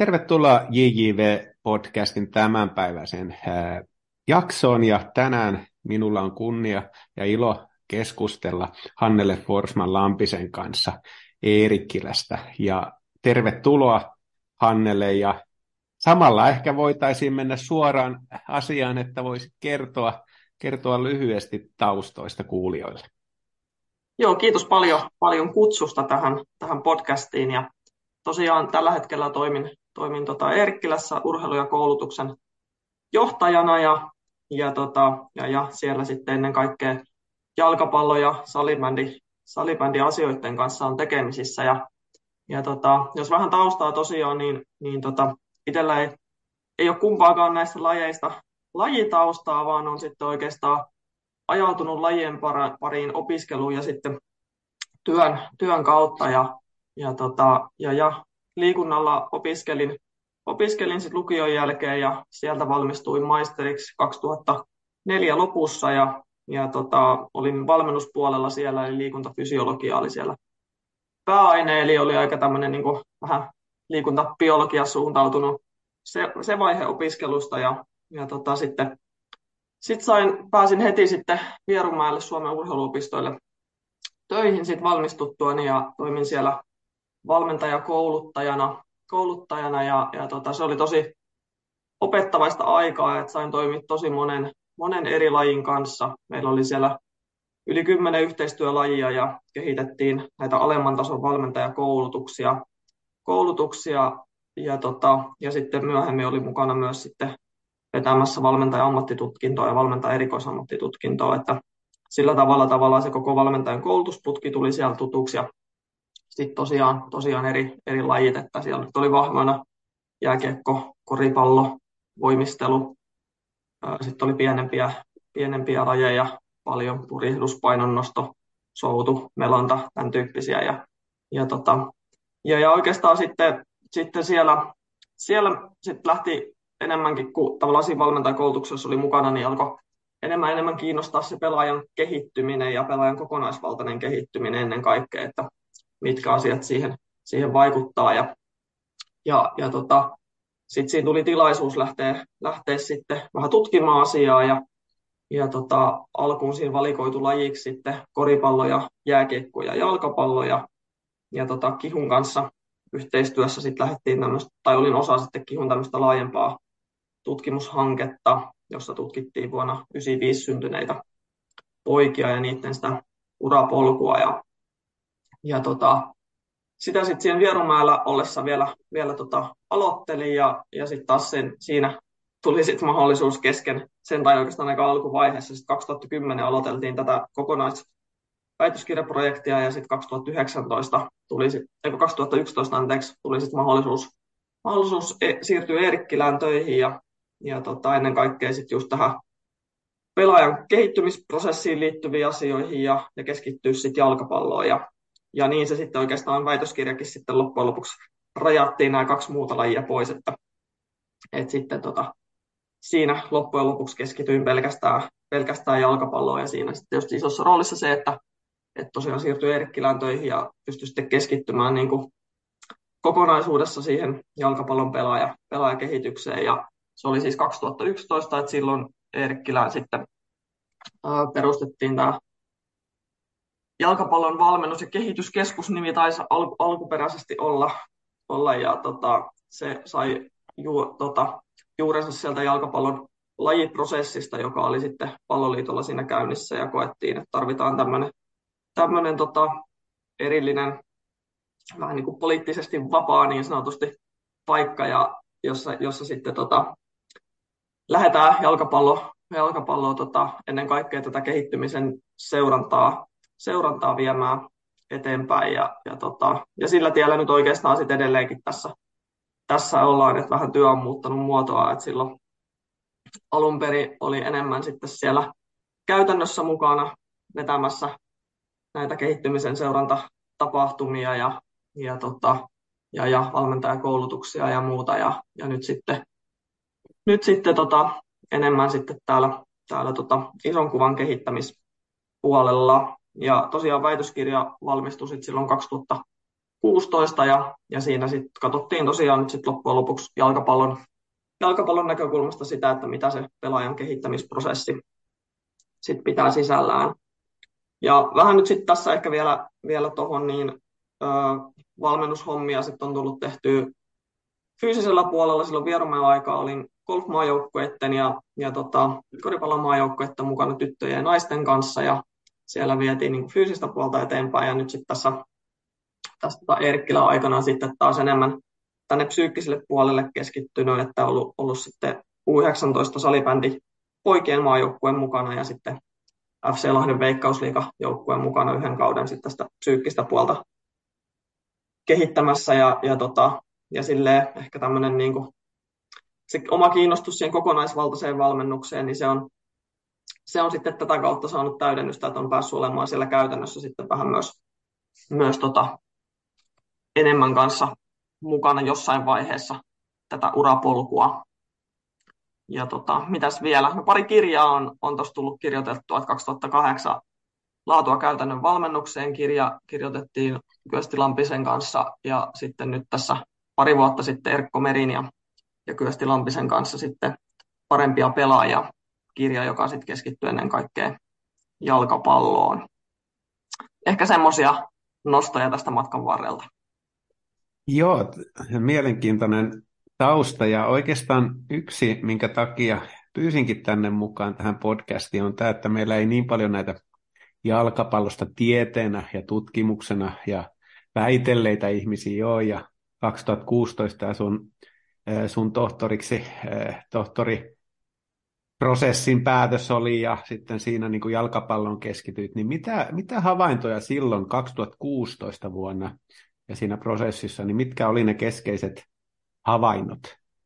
Tervetuloa JJV-podcastin tämänpäiväiseen jaksoon, ja tänään minulla on kunnia ja ilo keskustella Hannele Forsman-Lampisen kanssa Eerikkilästä. Ja tervetuloa Hannele, ja samalla ehkä voitaisiin mennä suoraan asiaan, että voisit kertoa lyhyesti taustoista kuulijoille. Joo, kiitos paljon kutsusta tähän podcastiin. Ja tosiaan tällä hetkellä toimin Eerikkilässä urheilu- ja koulutuksen johtajana ja siellä sitten ennen kaikkea jalkapallo- ja salibändiasioiden kanssa on tekemisissä. Jos vähän taustaa tosiaan, niin itsellä ei ole kumpaakaan näistä lajeista lajitaustaa, vaan on sitten oikeastaan ajautunut lajien pariin opiskeluun ja sitten työn kautta ja liikunnalla opiskelin sitten lukion jälkeen ja sieltä valmistuin maisteriksi 2004 lopussa ja olin valmennuspuolella siellä, eli liikuntafysiologia oli siellä pääaine, eli oli aika tämmöinen niin kuin vähän liikuntabiologia suuntautunut se vaihe opiskelusta sitten pääsin heti sitten Vierumäelle Suomen urheiluopistoille töihin sit valmistuttuani ja toimin siellä valmentajakouluttajana se oli tosi opettavaista aikaa, että sain toimia tosi monen eri lajin kanssa. Meillä oli siellä yli 10 yhteistyölajia ja kehitettiin näitä alemman tason valmentajakoulutuksia ja sitten myöhemmin oli mukana myös sitten vetämässä valmentaja-ammattitutkintoa ja valmentaja-erikoisammattitutkintoa, että sillä tavalla se koko valmentajan koulutusputki tuli siellä tutuksi ja sitten tosiaan eri lajit, että siellä nyt oli vahvoina jääkiekko, koripallo, voimistelu, sitten oli pienempiä lajeja, paljon purihdus, painonnosto, soutu, melonta, tämän tyyppisiä ja oikeastaan sitten siellä sitten lähti enemmänkin kuin tavallaan siinä valmentajakoulutuksessa oli mukana, niin alkoi enemmän kiinnostaa se pelaajan kehittyminen ja pelaajan kokonaisvaltainen kehittyminen ennen kaikkea, että mitkä asiat siihen vaikuttaa. Sitten siinä tuli tilaisuus lähteä sitten vähän tutkimaan asiaa alkuun siinä valikoitu lajiksi sitten koripallo ja jääkiekko ja jalkapallo ja Kihun kanssa yhteistyössä sitten olin osa sitten Kihun tämmöistä laajempaa tutkimushanketta, jossa tutkittiin vuonna 1995 syntyneitä poikia ja niiden sitä urapolkua. Sitä sitten siinä Vierumäellä ollessa vielä aloittelin ja sitten taas siinä tuli sitten mahdollisuus kesken sen tai oikeastaan aika alkuvaiheessa. Sitten 2010 aloiteltiin tätä kokonaisväitöskirjaprojektia ja sitten 2011 tuli sitten mahdollisuus siirtyä Eerikkilään töihin ja ennen kaikkea sitten just tähän pelaajan kehittymisprosessiin liittyviin asioihin ja keskittyä sitten jalkapalloon. Ja niin se sitten oikeastaan väitöskirjakin sitten loppujen lopuksi rajattiin nämä 2 muuta lajia pois, että sitten siinä loppujen lopuksi keskityin pelkästään jalkapalloon ja siinä sitten tietysti isossa roolissa se, että tosiaan siirtyi Eerikkilään töihin ja pystyi sitten keskittymään niin kuin kokonaisuudessa siihen jalkapallon pelaajakehitykseen ja se oli siis 2011, että silloin Eerikkilään sitten perustettiin tämä jalkapallon valmennus- ja kehityskeskus nimi taisi alkuperäisesti olla ja se sai juurensa sieltä jalkapallon lajiprosessista, joka oli sitten Palloliitolla siinä käynnissä ja koettiin, että tarvitaan tämmöinen erillinen vähän niin kuin poliittisesti vapaa niin sanotusti paikka, jossa sitten lähdetään jalkapalloa ennen kaikkea tätä kehittymisen seurantaa viemään eteenpäin ja sillä tiellä nyt oikeastaan sitten edelleenkin tässä ollaan, että vähän työ on muuttanut muotoa, että silloin alun perin oli enemmän sitten siellä käytännössä mukana vetämässä näitä kehittymisen seurantatapahtumia ja valmentajakoulutuksia ja muuta ja nyt sitten enemmän sitten täällä ison kuvan kehittämispuolella. Ja tosiaan väitöskirja valmistui sitten silloin 16 ja siinä sitten katsottiin tosiaan nyt sit loppujen lopuksi jalkapallon näkökulmasta sitä, että mitä se pelaajan kehittämisprosessi sit pitää sisällään. Ja vähän nyt sitten tässä ehkä vielä tuohon, niin valmennushommia sitten on tullut tehtyä fyysisellä puolella. Silloin Vierumäen aikaa olin golfmaajoukkueiden ja koripallomaajoukkueiden mukana tyttöjen ja naisten kanssa, ja siellä vietiin niin fyysistä puolta eteenpäin, ja nyt sitten tässä Eerkkilän aikana sitten taas enemmän tänne psyykkiselle puolelle keskittynyt, että on ollut sitten U19-salibändi poikien maajoukkueen mukana ja sitten FC Lahden Veikkausliiga-joukkueen mukana yhden kauden sitten tästä psyykkistä puolta kehittämässä ja silleen ehkä tämmöinen niin kuin se oma kiinnostus siihen kokonaisvaltaiseen valmennukseen, niin se on sitten tätä kautta saanut täydennystä, että on päässyt olemaan siellä käytännössä sitten vähän myös enemmän kanssa mukana jossain vaiheessa tätä urapolkua. Ja mitäs vielä? No, pari kirjaa on tuossa tullut kirjoitettua, että 2008 Laatua käytännön valmennukseen kirja kirjoitettiin Kyösti Lampisen kanssa, ja sitten nyt tässä pari vuotta sitten Erkko Merin ja Kyösti Lampisen kanssa sitten Parempia pelaajia kirja, joka sitten keskittyy ennen kaikkea jalkapalloon. Ehkä semmoisia nostoja tästä matkan varrelta. Joo, mielenkiintoinen tausta, ja oikeastaan yksi, minkä takia pyysinkin tänne mukaan tähän podcastiin, on tämä, että meillä ei niin paljon näitä jalkapallosta tieteenä ja tutkimuksena ja väitelleitä ihmisiä ole, ja 2016 sun tohtoriprosessin päätös oli, ja sitten siinä niin kuin jalkapallon keskityit, niin mitä havaintoja silloin 2016 vuonna ja siinä prosessissa, niin mitkä oli ne keskeiset havainnot?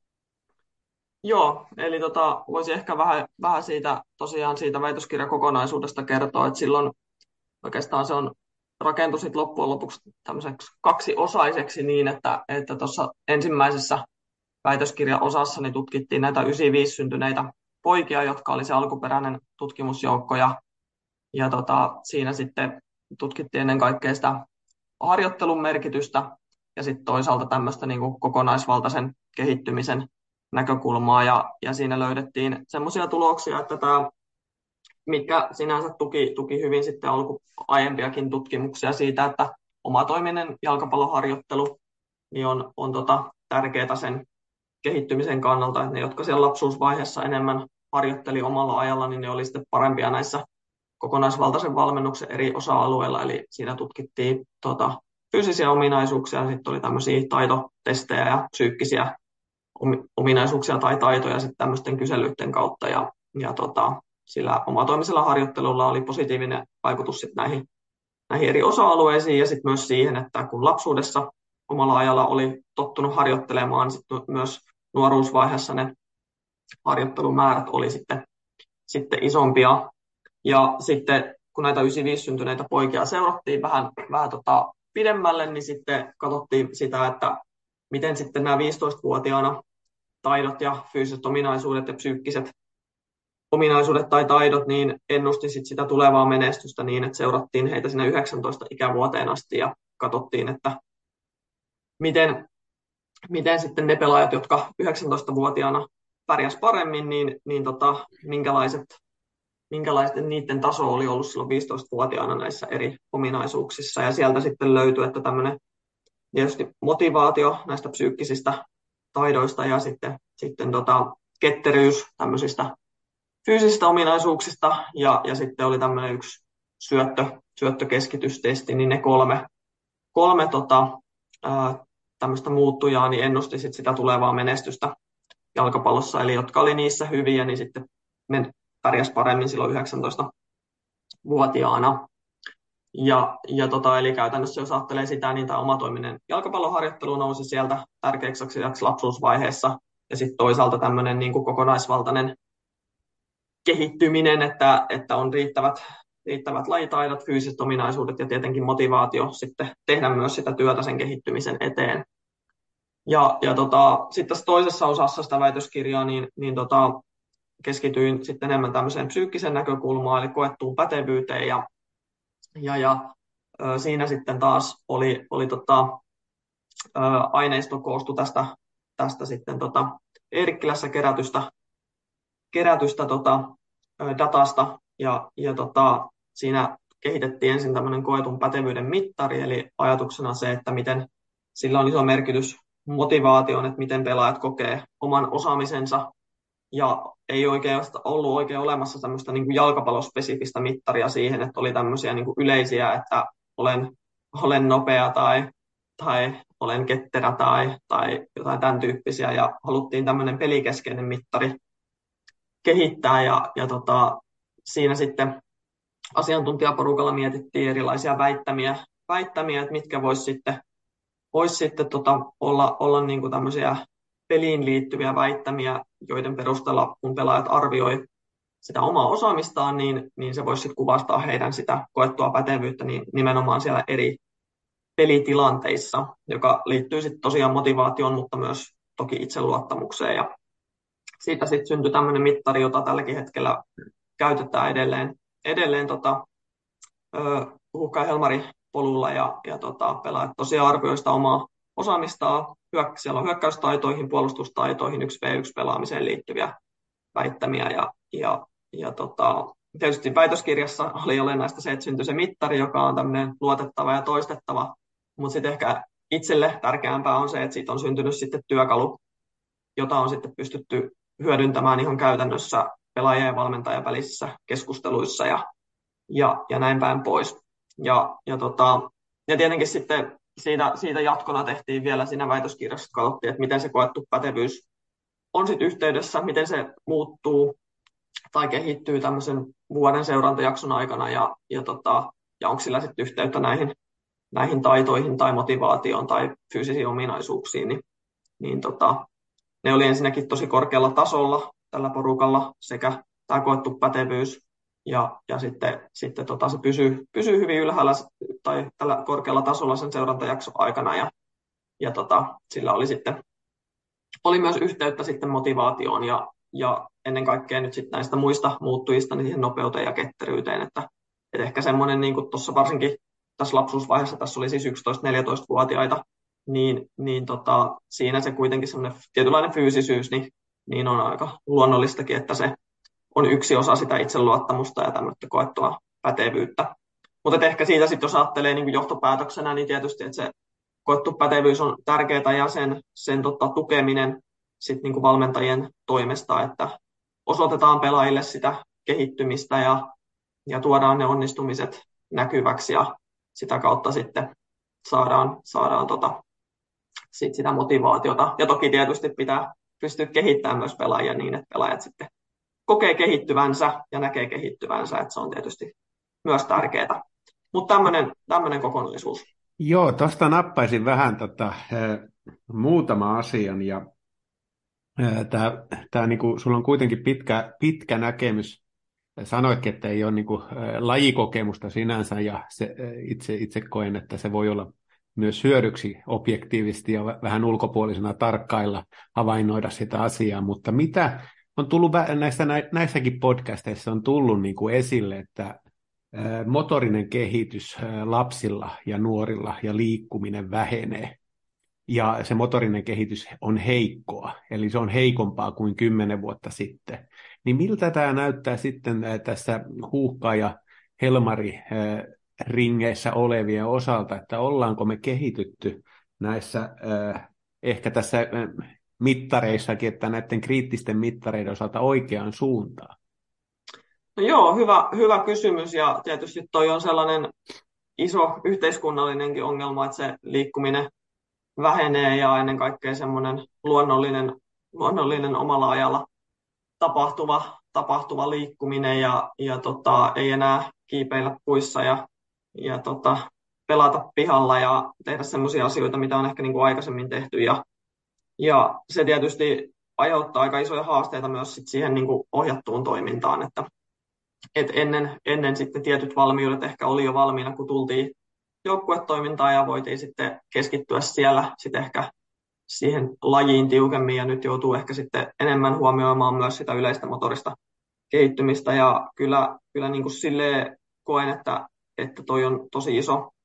Joo, eli voisi ehkä vähän siitä väitöskirjakokonaisuudesta kertoa, että silloin oikeastaan se rakentui sit loppujen lopuksi tämmöiseksi kaksiosaiseksi niin, että tuossa ensimmäisessä väitöskirjaosassa niin tutkittiin näitä 95 syntyneitä poikia, jotka oli se alkuperäinen tutkimusjoukko, ja siinä sitten tutkittiin ennen kaikkea sitä harjoittelun merkitystä ja sitten toisaalta tämmöistä niin kuin kokonaisvaltaisen kehittymisen näkökulmaa, ja siinä löydettiin semmoisia tuloksia, että mitkä sinänsä tuki hyvin sitten aiempiakin tutkimuksia siitä, että omatoiminen jalkapalloharjoittelu niin on tärkeää sen kehittymisen kannalta, että ne, jotka siellä lapsuusvaiheessa enemmän harjoitteli omalla ajalla, niin ne oli sitten parempia näissä kokonaisvaltaisen valmennuksen eri osa-alueilla, eli siinä tutkittiin fyysisiä ominaisuuksia, ja sitten oli tämmöisiä taitotestejä ja psyykkisiä ominaisuuksia tai taitoja sitten tämmöisten kyselyiden kautta, ja sillä omatoimisella harjoittelulla oli positiivinen vaikutus sitten näihin eri osa-alueisiin, ja sitten myös siihen, että kun lapsuudessa omalla ajalla oli tottunut harjoittelemaan, sitten myös nuoruusvaiheessa ne harjoittelumäärät oli sitten isompia. Ja sitten kun näitä 95 syntyneitä poikia seurattiin vähän pidemmälle, niin sitten katsottiin sitä, että miten sitten nämä 15-vuotiaana taidot ja fyysiset ominaisuudet ja psyykkiset ominaisuudet tai taidot niin ennusti sitä tulevaa menestystä niin, että seurattiin heitä sinne 19 ikävuoteen asti ja katsottiin, että miten sitten ne pelaajat, jotka 19-vuotiaana pärjäs paremmin, niin minkälaiset niiden taso oli ollut silloin 15-vuotiaana näissä eri ominaisuuksissa. Ja sieltä sitten löytyi, että tämmöinen tietysti motivaatio näistä psyykkisistä taidoista ja sitten ketteryys tämmöisistä fyysisistä ominaisuuksista ja sitten oli tämmöinen yksi syöttökeskitystesti, niin ne kolme tämmöistä muuttujaa niin ennusti sitä tulevaa menestystä jalkapallossa, eli jotka oli niissä hyviä, niin sitten pärjäs paremmin silloin 19-vuotiaana. Eli käytännössä jos ajattelee sitä, niin tämä omatoiminen jalkapalloharjoittelu nousi sieltä tärkeäksi asiaksi lapsuusvaiheessa, ja sitten toisaalta tämmöinen niin kuin kokonaisvaltainen kehittyminen, että on riittävät lajitaidot, fyysiset ominaisuudet ja tietenkin motivaatio sitten tehdä myös sitä työtä sen kehittymisen eteen. Sitten tässä toisessa osassa sitä väitöskirjaa niin keskityin sitten enemmän tämmöiseen psyykkisen näkökulmaan, eli koettuun pätevyyteen, ja siinä sitten taas oli aineisto koostui tästä sitten Eerikkilässä kerätystä datasta, ja siinä kehitettiin ensin tämmöinen koetun pätevyyden mittari, eli ajatuksena se, että miten sillä on iso merkitys motivaatioon, että miten pelaajat kokee oman osaamisensa, ja ei oikein ollut oikein olemassa tämmöistä niin kuin jalkapallospesifistä mittaria siihen, että oli tämmöisiä niin kuin yleisiä, että olen nopea tai olen ketterä tai jotain tämän tyyppisiä, ja haluttiin tämmöinen pelikeskeinen mittari kehittää, siinä sitten asiantuntijaporukalla mietittiin erilaisia väittämiä, että mitkä vois sitten olla niin kuin tämmöisiä peliin liittyviä väittämiä, joiden perusteella kun pelaajat arvioi sitä omaa osaamistaan, niin se voisi sitten kuvastaa heidän sitä koettua pätevyyttä niin nimenomaan siellä eri pelitilanteissa, joka liittyy sitten tosiaan motivaatioon, mutta myös toki itseluottamukseen. Ja siitä sitten syntyi tämmöinen mittari, jota tälläkin hetkellä käytetään edelleen Huhka ja Helmari polulla, ja pelaajat tosiaan arvioi sitä omaa osaamistaan. Siellä on hyökkäystaitoihin, puolustustaitoihin, 1v1-pelaamiseen liittyviä väittämiä, ja tietysti väitöskirjassa oli olennaista se, että syntyi se mittari, joka on tämmöinen luotettava ja toistettava, mutta sitten ehkä itselle tärkeämpää on se, että siitä on syntynyt sitten työkalu, jota on sitten pystytty hyödyntämään ihan käytännössä pelaajien ja valmentajan välisissä keskusteluissa ja näin päin pois. Ja tietenkin sitten siitä jatkona tehtiin vielä siinä väitöskirjassa, että katsottiin, että miten se koettu pätevyys on sitten yhteydessä, miten se muuttuu tai kehittyy tämmöisen vuoden seurantajakson aikana, ja onko sillä sitten yhteyttä näihin taitoihin tai motivaatioon tai fyysisiin ominaisuuksiin, niin ne oli ensinnäkin tosi korkealla tasolla tällä porukalla sekä tämä koettu pätevyys, ja sitten se pysyy hyvin ylhäällä tai tällä korkealla tasolla sen seurantajakson aikana, ja sillä oli myös yhteyttä sitten motivaatioon ja ennen kaikkea nyt sitten näistä muista muuttujista niin siihen nopeuteen ja ketteryyteen, että ehkä semmoinen niin kuin tuossa varsinkin tässä lapsuusvaiheessa, tässä oli siis 11-14-vuotiaita, niin siinä se kuitenkin semmoinen tietynlainen fyysisyys, niin on aika luonnollistakin, että se on yksi osa sitä itseluottamusta ja tämmöistä koettua pätevyyttä. Mutta ehkä siitä sitten, jos ajattelee niin kuin johtopäätöksenä, niin tietysti, että se koettu pätevyys on tärkeää ja sen tukeminen sit niin kuin valmentajien toimesta, että osoitetaan pelaajille sitä kehittymistä ja tuodaan ne onnistumiset näkyväksi ja sitä kautta sitten saadaan sit sitä motivaatiota. Ja toki tietysti pitää pystyä kehittämään myös pelaajia niin, että pelaajat sitten kokee kehittyvänsä ja näkee kehittyvänsä, että se on tietysti myös tärkeää. Mutta tämmöinen kokonaisuus. Joo, tuosta nappaisin vähän muutama asian, ja niinku, sulla on kuitenkin pitkä näkemys. Sanoitkin, että ei ole niinku, lajikokemusta sinänsä, ja itse koen, että se voi olla myös hyödyksi objektiivisesti ja vähän ulkopuolisena tarkkailla, havainnoida sitä asiaa, mutta mitä on tullut näissäkin podcasteissa on tullut niinku esille, että motorinen kehitys lapsilla ja nuorilla ja liikkuminen vähenee. Ja se motorinen kehitys on heikkoa, eli se on heikompaa kuin 10 vuotta sitten. Niin miltä tämä näyttää sitten tässä Huuhka- ja Helmari-ringeissä olevien osalta, että ollaanko me kehitytty näissä ehkä tässä mittareissakin, että näiden kriittisten mittareiden osalta oikeaan suuntaan? No joo, hyvä kysymys, ja tietysti toi on sellainen iso yhteiskunnallinenkin ongelma, että se liikkuminen vähenee ja ennen kaikkea semmoinen luonnollinen omalla ajalla tapahtuva liikkuminen ja ei enää kiipeillä puissa ja pelata pihalla ja tehdä semmoisia asioita, mitä on ehkä niin kuin aikaisemmin tehty, ja se tietysti aiheuttaa aika isoja haasteita myös sit siihen niin kuin ohjattuun toimintaan, että ennen sitten tietyt valmiudet ehkä oli jo valmiina, kun tultiin joukkuetoimintaan ja voitiin sitten keskittyä siellä sitten ehkä siihen lajiin tiukemmin, ja nyt joutuu ehkä sitten enemmän huomioimaan myös sitä yleistä motorista kehittymistä, ja kyllä niin kuin silleen koen, että toi on tosi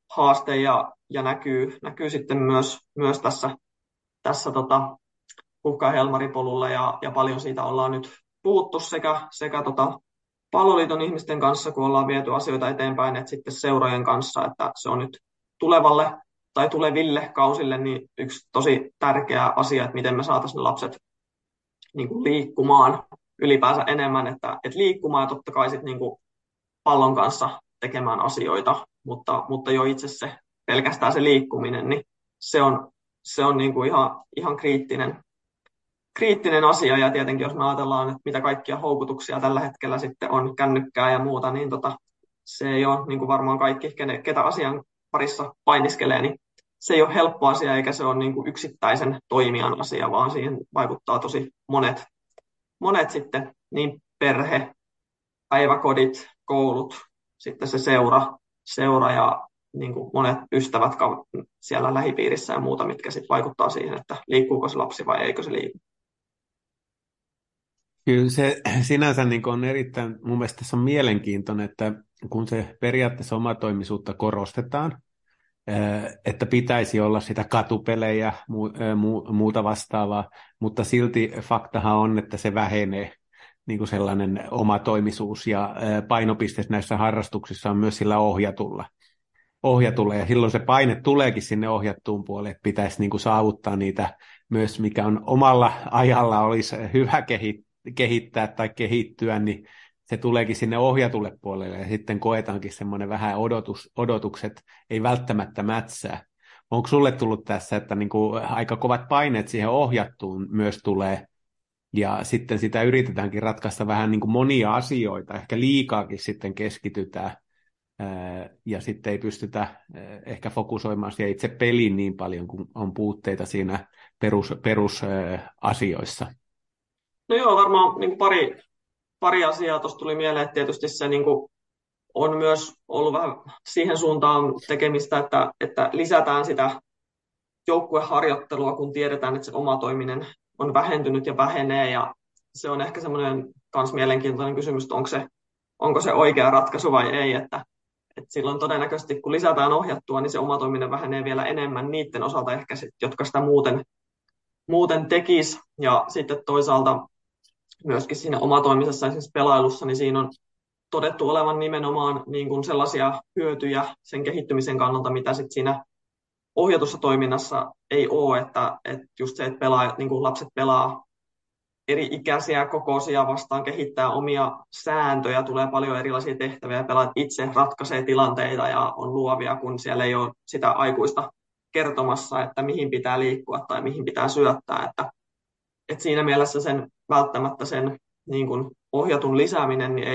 haaste ja näkyy sitten myös tässä Hukka- ja Helmari-polulla ja paljon siitä ollaan nyt puhuttu sekä palloliiton ihmisten kanssa, kun ollaan viety asioita eteenpäin, että sitten seurojen kanssa, että se on nyt tulevalle tai tuleville kausille niin yksi tosi tärkeä asia, että miten me saataisiin ne lapset niin kuin liikkumaan ylipäänsä enemmän, että liikkumaan ja totta kai sitten niin kuin pallon kanssa tekemään asioita, mutta jo itse se pelkästään se liikkuminen, niin se on niin kuin ihan kriittinen asia, ja tietenkin jos me ajatellaan, että mitä kaikkia houkutuksia tällä hetkellä sitten on kännykkää ja muuta, niin se ei ole niin kuin varmaan kaikki, ketä asian parissa painiskelee, niin se ei ole helppo asia eikä se ole niin kuin yksittäisen toimijan asia, vaan siihen vaikuttaa tosi monet sitten, niin perhe, päiväkodit, koulut, sitten se seura ja niin kuin monet ystävät siellä lähipiirissä ja muuta, mitkä sitten vaikuttaa siihen, että liikkuuko se lapsi vai eikö se liiku. Kyllä se sinänsä niin kuin on erittäin, mun mielestä tässä on mielenkiintoinen, että kun se periaatteessa omatoimisuutta korostetaan, että pitäisi olla sitä katupelejä, muuta vastaavaa, mutta silti faktahan on, että se vähenee niin kuin sellainen omatoimisuus ja painopiste näissä harrastuksissa on myös sillä ohjatulla ja silloin se paine tuleekin sinne ohjattuun puolelle, että pitäisi niin kuin saavuttaa niitä myös, mikä on omalla ajalla olisi hyvä kehittää tai kehittyä, niin se tuleekin sinne ohjatulle puolelle ja sitten koetaankin semmoinen vähän odotukset ei välttämättä mätsää. Onko sulle tullut tässä, että niin kuin aika kovat paineet siihen ohjattuun myös tulee ja sitten sitä yritetäänkin ratkaista vähän niin kuin monia asioita, ehkä liikaakin sitten keskitytään ja sitten ei pystytä ehkä fokusoimaan siihen itse peliin niin paljon, kun on puutteita siinä perusasioissa. No joo, varmaan niin kuin pari asiaa tuosta tuli mieleen, että tietysti se niin kuin on myös ollut vähän siihen suuntaan tekemistä, että lisätään sitä joukkueharjoittelua, kun tiedetään, että se oma toiminen on vähentynyt ja vähenee, ja se on ehkä semmoinen myös mielenkiintoinen kysymys, että onko se oikea ratkaisu vai ei, että silloin todennäköisesti, kun lisätään ohjattua, niin se oma toiminen vähenee vielä enemmän niiden osalta ehkä, jotka sitä muuten tekisi, ja sitten toisaalta myöskin siinä omatoimisessa esimerkiksi pelailussa, niin siinä on todettu olevan nimenomaan niin kuin sellaisia hyötyjä sen kehittymisen kannalta, mitä sitten siinä ohjatussa toiminnassa ei ole, että just se, että niin kuin lapset pelaa eri ikäisiä kokoisia vastaan, kehittää omia sääntöjä, tulee paljon erilaisia tehtäviä, pelaajat itse ratkaisee tilanteita ja on luovia, kun siellä ei ole sitä aikuista kertomassa, että mihin pitää liikkua tai mihin pitää syöttää, että siinä mielessä välttämättä sen niin kuin ohjatun lisääminen niin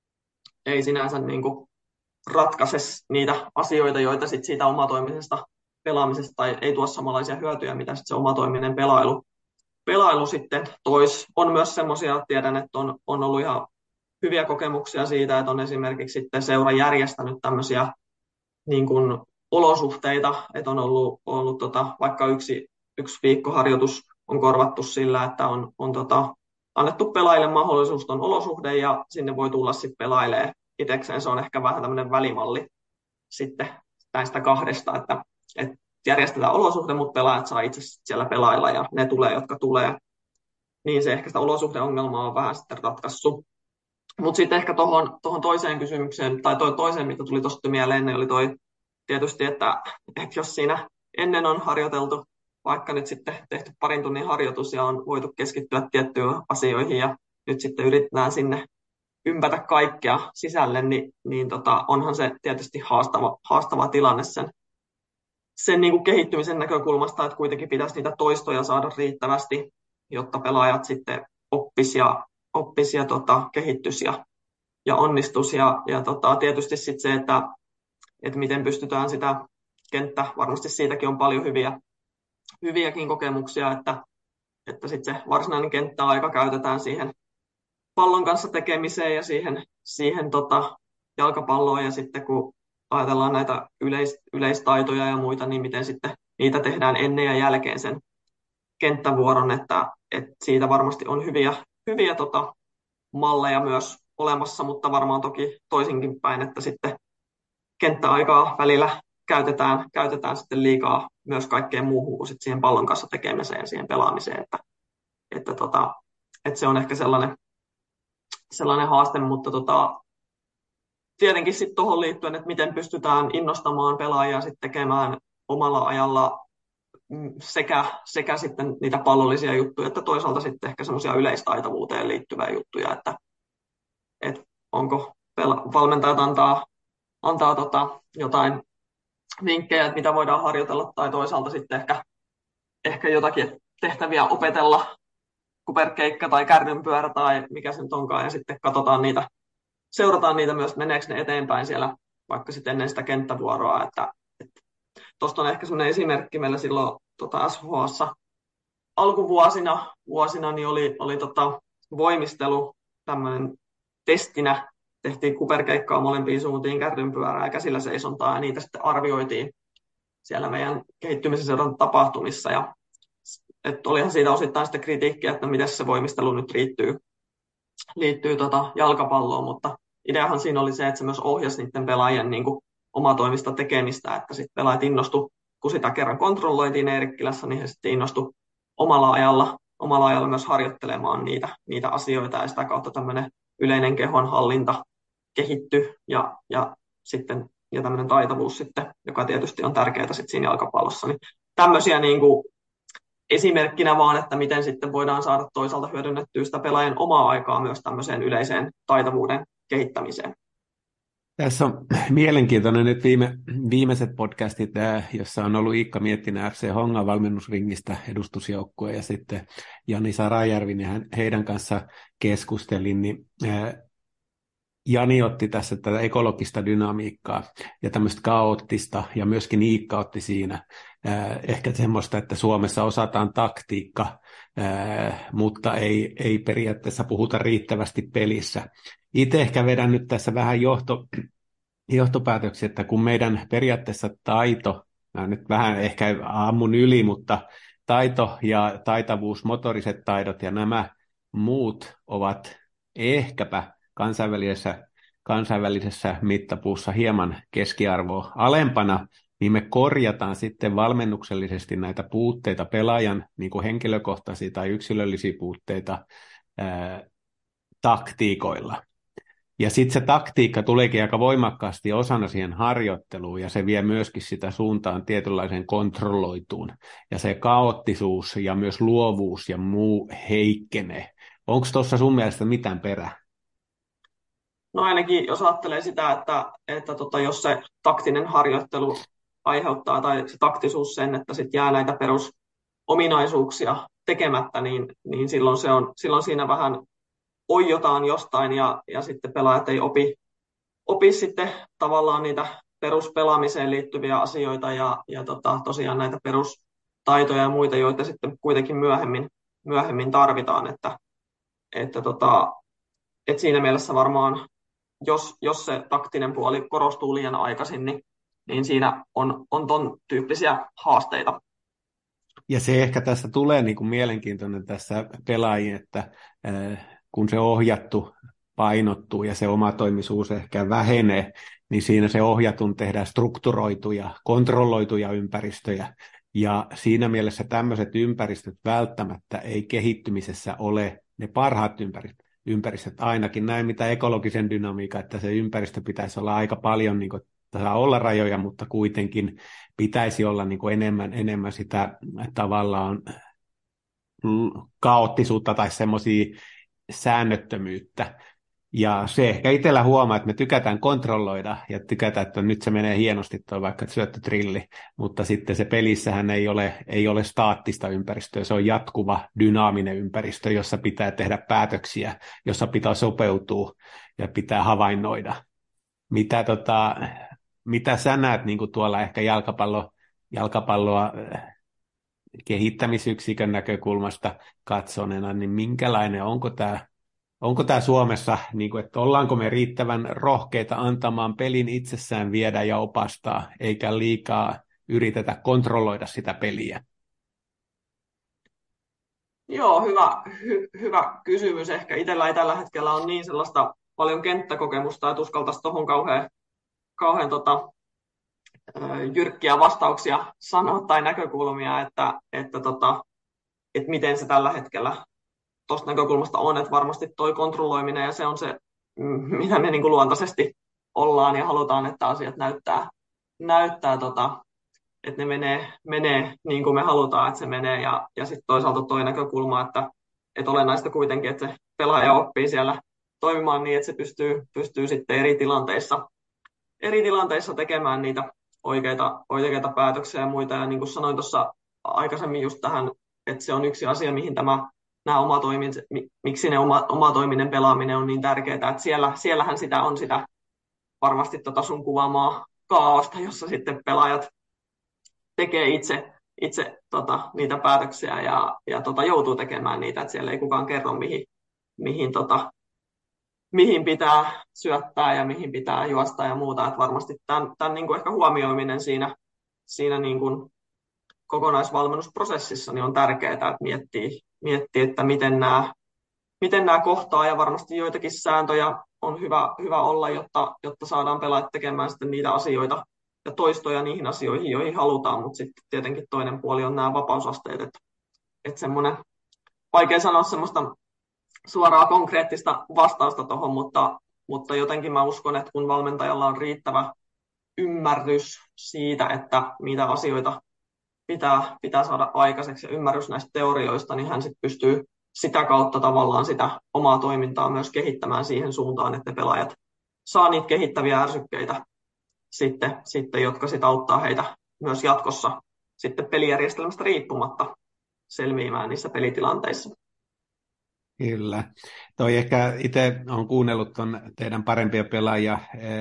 ei sinänsä niin kuin ratkaise niitä asioita, joita siitä omatoimisesta pelaamisesta tai ei tuo samanlaisia hyötyjä, mitä sit se omatoiminen pelailu sitten tois. On myös semmoisia, tiedän, että on ollut ihan hyviä kokemuksia siitä, että on esimerkiksi sitten seura järjestänyt tämmöisiä niin kuin olosuhteita, että on ollut vaikka yksi viikkoharjoitus on korvattu sillä, että on annettu pelaajille mahdollisuus tuon olosuhde ja sinne voi tulla sitten pelailemaan itsekseen. Se on ehkä vähän tämmöinen välimalli sitten näistä kahdesta, että järjestetään olosuhde, mutta pelaajat saa itse siellä pelailla ja ne tulee, jotka tulee. Niin se ehkä sitä olosuhdeongelmaa on vähän sitten ratkaissut. Mutta sitten ehkä tuohon toiseen kysymykseen, tai toiseen, mitä tuli tuosta mieleen, niin oli toi tietysti, että jos siinä ennen on harjoiteltu, vaikka nyt sitten tehty parin tunnin harjoitus ja on voitu keskittyä tiettyihin asioihin ja nyt sitten yritetään sinne ympätä kaikkea sisälle, niin onhan se tietysti haastava tilanne sen niin kuin kehittymisen näkökulmasta, että kuitenkin pitäisi niitä toistoja saada riittävästi, jotta pelaajat sitten oppisi ja kehittyisi ja onnistuisi. Ja tietysti sitten se, että miten pystytään sitä varmasti siitäkin on paljon hyviäkin kokemuksia, että sitten se varsinainen kenttäaika käytetään siihen pallon kanssa tekemiseen ja siihen jalkapalloon, ja sitten kun ajatellaan näitä yleistaitoja ja muita, niin miten sitten niitä tehdään ennen ja jälkeen sen kenttävuoron, että siitä varmasti on hyviä malleja myös olemassa, mutta varmaan toki toisinkin päin, että sitten kenttäaikaa välillä käytetään sitten liikaa myös kaikkeen muuhun kuin sit siihen pallon kanssa tekemiseen, siihen pelaamiseen, että se on ehkä sellainen haaste, mutta tietenkin sitten tuohon liittyen, että miten pystytään innostamaan pelaajia sitten tekemään omalla ajalla sekä sitten niitä pallollisia juttuja, että toisaalta sitten ehkä semmoisia yleistaitavuuteen liittyviä juttuja, että onko valmentajat antaa jotain vinkkejä, että mitä voidaan harjoitella, tai toisaalta sitten ehkä jotakin tehtäviä opetella, kuperkeikka tai kärrynpyörä tai mikä se nyt onkaan, ja sitten seurataan niitä myös, meneekö ne eteenpäin siellä vaikka sitten ennen sitä kenttävuoroa, että tuosta on ehkä sellainen esimerkki meillä silloin SH:ssa alkuvuosina niin oli voimistelu tämmöinen testinä, tehtiin kuperkeikkaa molempiin suuntiin, kärrynpyörää ja käsillä seisontaa, ja niitä sitten arvioitiin siellä meidän kehittymisen seuran tapahtumissa, ja että olihan siitä osittain sitä kritiikkiä, että miten se voimistelu nyt liittyy jalkapalloon, mutta ideahan siinä oli se, että se myös ohjasi niiden pelaajien niin kuin omatoimista tekemistä, että sitten pelaajat innostu, kun sitä kerran kontrolloitiin Eerikkilässä, niin he sitten innostu omalla ajalla myös harjoittelemaan niitä asioita, ja sitä kautta tämmöinen yleinen kehonhallinta kehittyi, ja tämmöinen taitavuus sitten, joka tietysti on tärkeää sitten siinä jalkapallossa, niin tämmöisiä niin kuin esimerkkinä vaan, että miten sitten voidaan saada toisaalta hyödynnettyä sitä pelaajan omaa aikaa myös tämmöiseen yleiseen taitavuuden kehittämiseen. Tässä on mielenkiintoinen nyt viimeiset podcastit, jossa on ollut Iikka Miettinen FC Hongan valmennusringistä edustusjoukkue ja sitten Jani Sarajärvi, niin heidän kanssa keskustelin, niin Jani otti tässä tätä ekologista dynamiikkaa ja tämmöistä kaoottista, ja myöskin Iikka otti siinä ehkä semmoista, että Suomessa osataan taktiikka, mutta ei periaatteessa puhuta riittävästi pelissä. Itse ehkä vedän nyt tässä vähän johtopäätöksiä, että kun meidän periaatteessa taito, nyt vähän ehkä ammun yli, mutta taito ja taitavuus, motoriset taidot ja nämä muut ovat ehkäpä kansainvälisessä mittapuussa hieman keskiarvoa alempana, niin me korjataan sitten valmennuksellisesti näitä puutteita pelaajan niin kuin henkilökohtaisia tai yksilöllisiä puutteita taktiikoilla. Ja sitten se taktiikka tuleekin aika voimakkaasti osana siihen harjoitteluun, ja se vie myöskin sitä suuntaan tietynlaiseen kontrolloituun. Ja se kaoottisuus ja myös luovuus ja muu heikkenee. Onko tuossa sun mielestä mitään perää? No ainakin jos ajattelee sitä, että jos se taktinen harjoittelu aiheuttaa, tai se taktisuus sen, että sit jää näitä perusominaisuuksia tekemättä, niin silloin siinä vähän oijotaan jostain, ja sitten pelaajat ei opi sitten tavallaan niitä peruspelaamiseen liittyviä asioita, ja tosiaan näitä perustaitoja ja muita, joita sitten kuitenkin myöhemmin tarvitaan, että siinä mielessä varmaan, jos se taktinen puoli korostuu liian aikaisin, niin siinä on ton tyyppisiä haasteita. Ja se ehkä tässä tulee niin kuin mielenkiintoinen tässä pelaajiin, että kun se ohjattu painottuu ja se omatoimisuus ehkä vähenee, niin siinä se ohjatun tehdään strukturoituja, kontrolloituja ympäristöjä. Ja siinä mielessä tämmöiset ympäristöt välttämättä ei kehittymisessä ole ne parhaat ympäristöt. Ainakin näin mitä ekologisen dynamiikan, että se ympäristö pitäisi olla aika paljon, niin kuin, saa olla rajoja, mutta kuitenkin pitäisi olla niin kuin enemmän sitä tavallaan kaoottisuutta tai semmoisia säännöttömyyttä. Ja se ehkä itsellä huomaa, että me tykätään kontrolloida ja tykätään, että nyt se menee hienosti tuo vaikka syöttötrilli, mutta sitten se pelissähän ei ole staattista ympäristöä, se on jatkuva, dynaaminen ympäristö, jossa pitää tehdä päätöksiä, jossa pitää sopeutua ja pitää havainnoida. Mitä sä näet niin kuin tuolla ehkä jalkapalloa kehittämisyksikön näkökulmasta katsonena, niin minkälainen, onko tämä Suomessa, niin kuin, että ollaanko me riittävän rohkeita antamaan pelin itsessään viedä ja opastaa, eikä liikaa yritetä kontrolloida sitä peliä? Joo, hyvä kysymys. Ehkä itsellä ei tällä hetkellä ole niin sellaista paljon kenttäkokemusta, että uskaltaisi tuohon kauhean jyrkkiä vastauksia sanoa tai näkökulmia, että miten se tällä hetkellä tuosta näkökulmasta on, että varmasti toi kontrolloiminen ja se on se, mitä me niin kuin luontaisesti ollaan ja halutaan, että asiat näyttää että ne menee niin kuin me halutaan, että se menee. Ja sitten toisaalta tuo näkökulma, että olennaista kuitenkin, että se pelaaja oppii siellä toimimaan niin, että se pystyy sitten eri tilanteissa tekemään niitä oikeita päätöksiä ja muita. Ja niin kuin sanoin tuossa aikaisemmin just tähän, että se on yksi asia, mihin miksi ne omatoiminen pelaaminen on niin tärkeää, että siellähän sitä on sitä varmasti sun kuvaamaa kaaosta, jossa sitten pelaajat tekee itse niitä päätöksiä ja joutuu tekemään niitä, että siellä ei kukaan kerro, mihin, mihin pitää syöttää ja mihin pitää juosta ja muuta. Että varmasti tämän niin kuin ehkä huomioiminen siinä niin kuin kokonaisvalmennusprosessissa niin on tärkeää, että miettii että miten nämä kohtaa ja varmasti joitakin sääntöjä on hyvä olla, jotta saadaan pelaajat tekemään sitten niitä asioita ja toistoja niihin asioihin, joihin halutaan, mutta sitten tietenkin toinen puoli on nämä vapausasteet, että semmoinen, vaikea sanoa semmoista suoraa konkreettista vastausta tuohon, mutta jotenkin mä uskon, että kun valmentajalla on riittävä ymmärrys siitä, että mitä asioita pitää saada aikaiseksi ja ymmärrys näistä teorioista, niin hän sitten pystyy sitä kautta tavallaan sitä omaa toimintaa myös kehittämään siihen suuntaan, että pelaajat saa niitä kehittäviä ärsykkeitä sitten jotka sitten auttaa heitä myös jatkossa sitten pelijärjestelmästä riippumatta selviämään niissä pelitilanteissa. Kyllä. Toi ehkä itse olen kuunnellut ton teidän parempia pelaajia,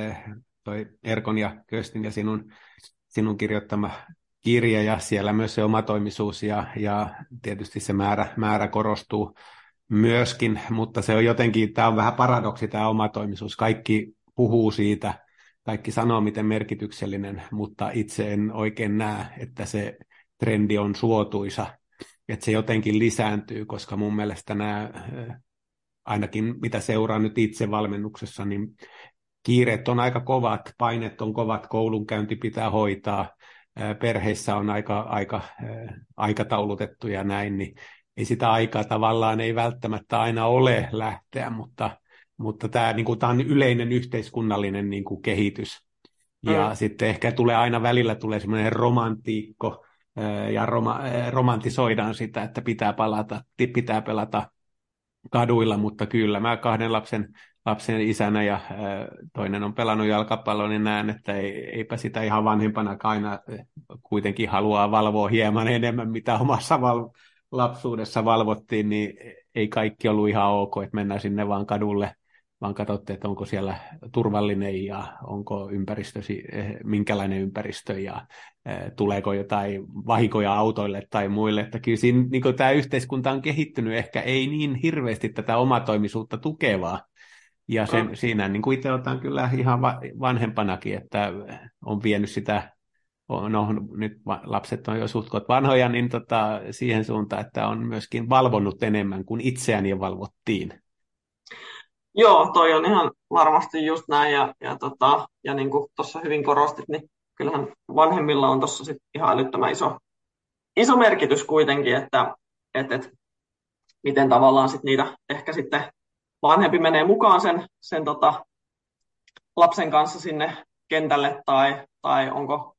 toi Erkon ja Köstin ja sinun kirjoittama kirja ja siellä myös se omatoimisuus ja tietysti se määrä korostuu myöskin, mutta se on jotenkin, tämä on vähän paradoksi tämä omatoimisuus. Kaikki puhuu siitä, kaikki sanoo miten merkityksellinen, mutta itse en oikein näe, että se trendi on suotuisa, että se jotenkin lisääntyy, koska mun mielestä nämä, ainakin mitä seuraan nyt itse valmennuksessa, niin kiireet on aika kovat, paineet on kovat, koulunkäynti pitää hoitaa, perheissä on aika aikataulutettu ja näin, niin ei sitä aikaa tavallaan ei välttämättä aina ole lähteä, mutta tämä, niin kuin, tämä on yleinen yhteiskunnallinen niin kuin kehitys. Ja sitten ehkä välillä tulee semmoinen romantiikko, ja romantisoidaan sitä, että pitää pelata kaduilla, mutta kyllä mä 2 lapsen isänä ja toinen on pelannut jalkapalloa, niin näen, että eipä sitä ihan vanhempana aina kuitenkin haluaa valvoa hieman enemmän, mitä omassa lapsuudessa valvottiin, niin ei kaikki ollut ihan ok, että mennään sinne vaan kadulle, vaan katsotte, että onko siellä turvallinen ja onko minkälainen ympäristö ja tuleeko jotain vahinkoja autoille tai muille. Että kyllä siinä, niin tämä yhteiskunta on kehittynyt ehkä ei niin hirveästi tätä omatoimisuutta tukevaa. Ja siinä niin kuin itse otan kyllä ihan vanhempanakin, että on vienyt sitä, no nyt lapset on jo suhtkot vanhoja, niin siihen suuntaan, että on myöskin valvonnut enemmän kuin itseäni valvottiin. Joo, toi on ihan varmasti just näin, ja niin kuin tuossa hyvin korostit, niin kyllähän vanhemmilla on tuossa sit ihan älyttömän iso merkitys kuitenkin, että miten tavallaan sit niitä ehkä sitten vanhempi menee mukaan sen lapsen kanssa sinne kentälle, tai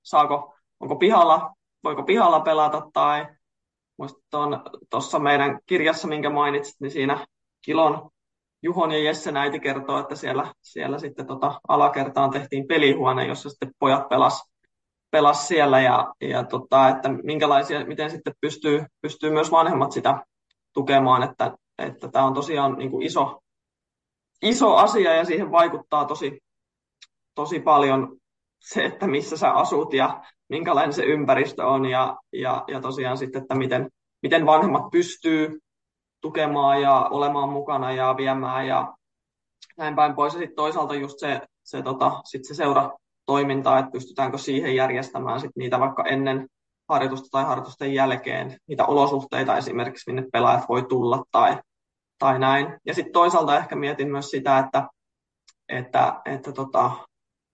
voiko pihalla pelata, tai tuossa meidän kirjassa, minkä mainitsit, niin siinä Kilon Juhon ja Jessen äiti kertoo, että siellä sitten alakertaan tehtiin pelihuone, jossa sitten pojat pelas siellä että miten sitten pystyy myös vanhemmat sitä tukemaan, että tämä on tosiaan niin kuin iso asia ja siihen vaikuttaa tosi paljon se, että missä sä asut ja minkälainen se ympäristö on ja tosiaan sitten, että miten vanhemmat pystyy tukemaan ja olemaan mukana ja viemään ja näin päin pois. Ja sitten toisaalta just sit se seuratoiminta, että pystytäänkö siihen järjestämään sit niitä vaikka ennen harjoitusta tai harjoitusten jälkeen, niitä olosuhteita esimerkiksi, minne pelaajat voi tulla tai näin. Ja sitten toisaalta ehkä mietin myös sitä, että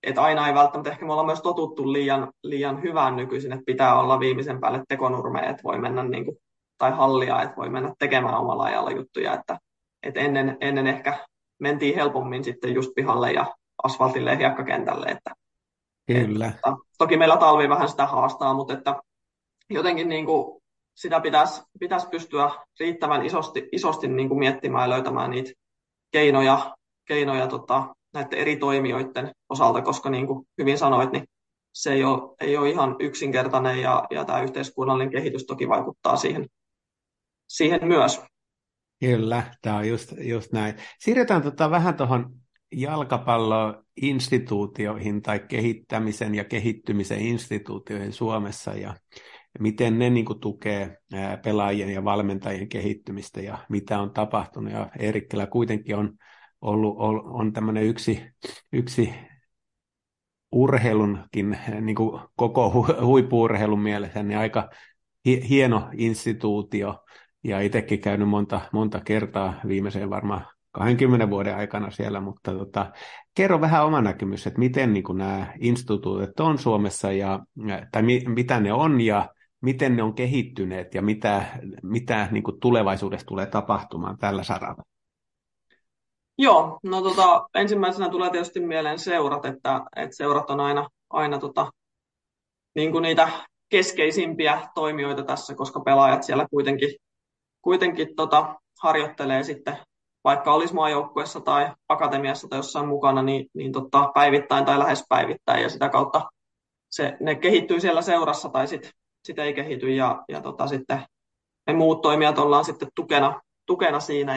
aina ei välttämättä, ehkä me ollaan myös totuttu liian hyvään nykyisin, että pitää olla viimeisen päälle tekonurmea, että voi mennä niin kuin, tai hallia, että voi mennä tekemään omalla ajalla juttuja, että ennen ehkä mentiin helpommin sitten just pihalle ja asfaltille ja hiekkakentälle, Kyllä, toki meillä talvi vähän sitä haastaa, mutta että jotenkin niin kuin sitä pitäisi pystyä riittävän isosti niin kuin miettimään ja löytämään niitä keinoja näiden eri toimijoiden osalta, koska niin kuin hyvin sanoit, niin se ei ole ihan yksinkertainen ja tämä yhteiskunnallinen kehitys toki vaikuttaa siihen myös. kyllä, tämä on just näin. Siirrytään vähän tuohon jalkapalloinstituutioihin tai kehittämisen ja kehittymisen instituutioihin Suomessa ja miten ne niin kuin tukee pelaajien ja valmentajien kehittymistä ja mitä on tapahtunut. Ja Eerikkilä kuitenkin on tämmöinen yksi urheilunkin, niin kuin koko huippu-urheilun mielessä, niin aika hieno instituutio. Ja itsekin käynyt monta kertaa viimeiseen varmaan 20 vuoden aikana siellä, mutta kerro vähän oma näkemys, että miten niin kuin nämä instituutiot on Suomessa, tai mitä ne on ja miten ne on kehittyneet ja mitä niin kuin tulevaisuudessa tulee tapahtumaan tällä saralla. Joo, no ensimmäisenä tulee tietysti mieleen seurat, että seurat on aina niin kuin niitä keskeisimpiä toimijoita tässä, koska pelaajat siellä kuitenkin harjoittelee sitten, vaikka olisi maajoukkueessa tai akatemiassa tai jossain mukana, niin päivittäin tai lähes päivittäin, ja sitä kautta ne kehittyy siellä seurassa tai sit ei kehity, ja sitten me muut toimijat ollaan sitten tukena siinä,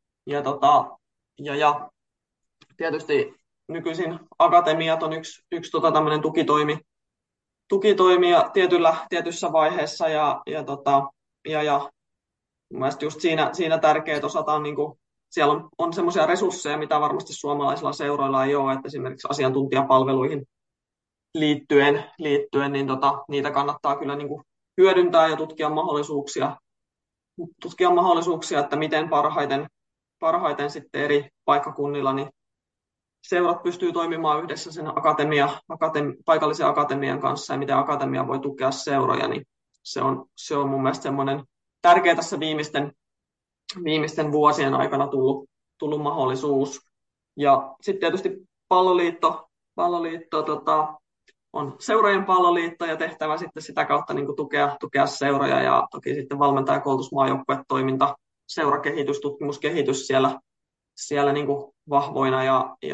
ja tietysti nykyisin akatemiat on yksi tämmöinen tukitoimija tietyssä vaiheessa, ja mielestäni just siinä tärkeää, että osataan, niin kuin, siellä on semmoisia resursseja, mitä varmasti suomalaisilla seuroilla ei ole, että esimerkiksi asiantuntijapalveluihin liittyen niin niitä kannattaa kyllä niin kuin hyödyntää ja tutkia mahdollisuuksia, että miten parhaiten sitten eri paikkakunnilla niin seurat pystyy toimimaan yhdessä sen paikallisen akatemian kanssa ja miten akatemia voi tukea seuroja, niin se on mun mielestä semmoinen tärkeä tässä viimeisten vuosien aikana tullut mahdollisuus. Ja sitten tietysti palloliitto on seurojen palloliitto ja tehtävä sitten sitä kautta niin kuin tukea seuroja ja toki sitten valmentajakoulutusmaajoukkuetoiminta, seurakehitys, tutkimuskehitys siellä niin kuin vahvoina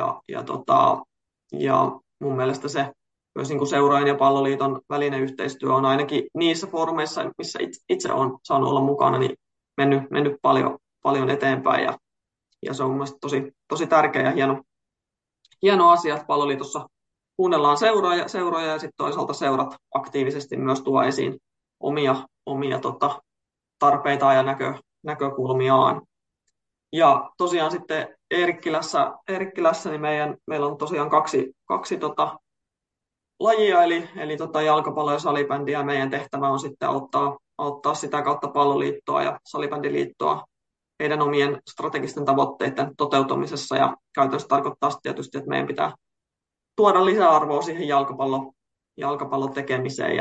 ja mun mielestä se myös niin kuin seurojen ja palloliiton välinen yhteistyö on ainakin niissä foorumeissa, missä itse olen saanut olla mukana, niin mennyt paljon eteenpäin ja se on mun mielestä tosi tärkeä ja hieno asia, että palloliitossa kuunnellaan seuroja ja sitten toisaalta seurat aktiivisesti myös tuo esiin omia tarpeitaan ja näkökulmiaan. Ja tosiaan sitten Eerikkilässä niin meillä on tosiaan kaksi lajia, eli jalkapallo ja salibändi, ja meidän tehtävä on sitten auttaa sitä kautta palloliittoa ja salibändiliittoa heidän omien strategisten tavoitteiden toteutumisessa, ja käytännössä tarkoittaa tietysti, että meidän pitää tuoda lisäarvoa siihen jalkapallon tekemiseen,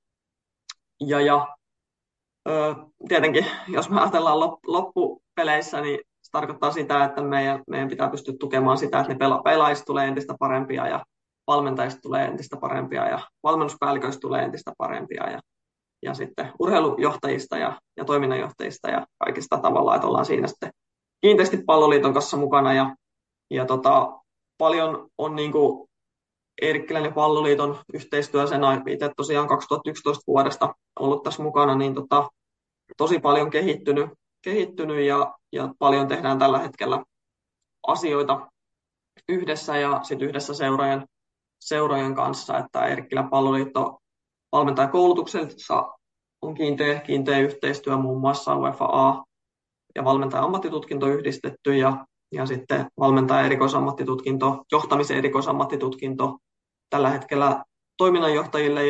tietenkin, jos me ajatellaan loppupeleissä, niin se tarkoittaa sitä, että meidän pitää pystyä tukemaan sitä, että ne pelaajista tulee entistä parempia ja valmentajista tulee entistä parempia ja valmennuspäälliköistä tulee entistä parempia ja sitten urheilujohtajista ja toiminnanjohtajista ja kaikista tavalla, että ollaan siinä sitten kiinteästi palloliiton kanssa mukana ja paljon on niin kuin Eerikkilän ja palloliiton yhteistyö sen itse tosiaan 2011 vuodesta ollut tässä mukana, niin tosi paljon kehittynyt ja paljon tehdään tällä hetkellä asioita yhdessä ja sitten yhdessä seurojen kanssa, että Eerikkilän palloliitto valmentajakoulutuksessa on kiinteä yhteistyö muun muassa UEFA A ja valmentajan ammattitutkinto yhdistetty ja sitten valmentajan erikoisammattitutkinto, johtamisen erikoisammattitutkinto tällä hetkellä toiminnanjohtajille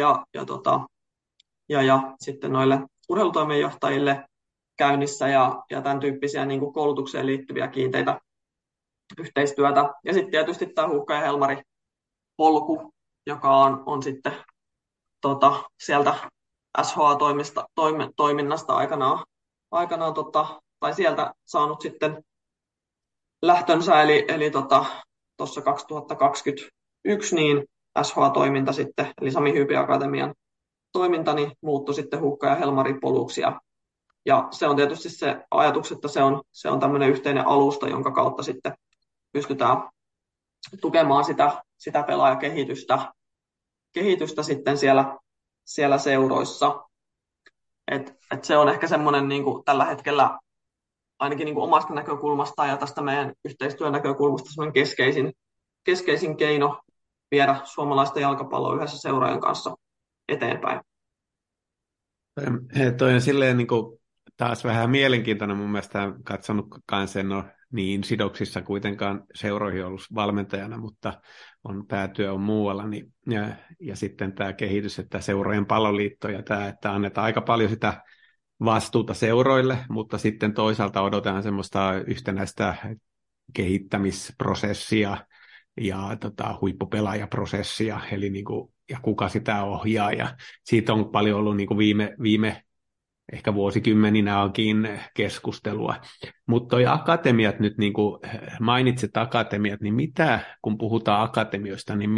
ja sitten noille urheilutoimenjohtajille käynnissä ja tämän tyyppisiä niin kuin koulutukseen liittyviä kiinteitä yhteistyötä. Ja sitten tietysti tämä Huukka ja polku, joka on sitten sieltä SHA-toiminnasta aikanaan tai sieltä saanut sitten lähtönsä, eli tuossa 2021 niin SH-toiminta sitten, eli Sami Hyypiö Akatemian toiminta, niin muuttui sitten Huuhka- ja Helmari-poluksi. Ja se on tietysti se ajatus, että se on tämmöinen yhteinen alusta, jonka kautta sitten pystytään tukemaan sitä pelaajakehitystä sitten siellä seuroissa. Et se on ehkä semmoinen niin kuin tällä hetkellä ainakin niin kuin omasta näkökulmasta ja tästä meidän yhteistyön näkökulmasta semmoinen keskeisin keino viedä suomalaista jalkapalloa yhdessä seuraajan kanssa eteenpäin. Toi on silleen niin kuin taas vähän mielenkiintoinen mun mielestä, katsonut kanssa, en ole niin sidoksissa kuitenkaan seuroihin ollut valmentajana, mutta päätyö on muualla, niin, ja sitten tämä kehitys, että seurojen palloliitto ja tämä, että annetaan aika paljon sitä vastuuta seuroille, mutta sitten toisaalta odotetaan semmoista yhtenäistä kehittämisprosessia ja huippupelaajaprosessia, eli niin kuin, ja kuka sitä ohjaa, ja siitä on paljon ollut niin kuin viime ehkä vuosikymmeninä onkin keskustelua. Mutta toi akatemiat nyt, niin kuin mainitset akatemiat, niin mitä, kun puhutaan akatemioista, niin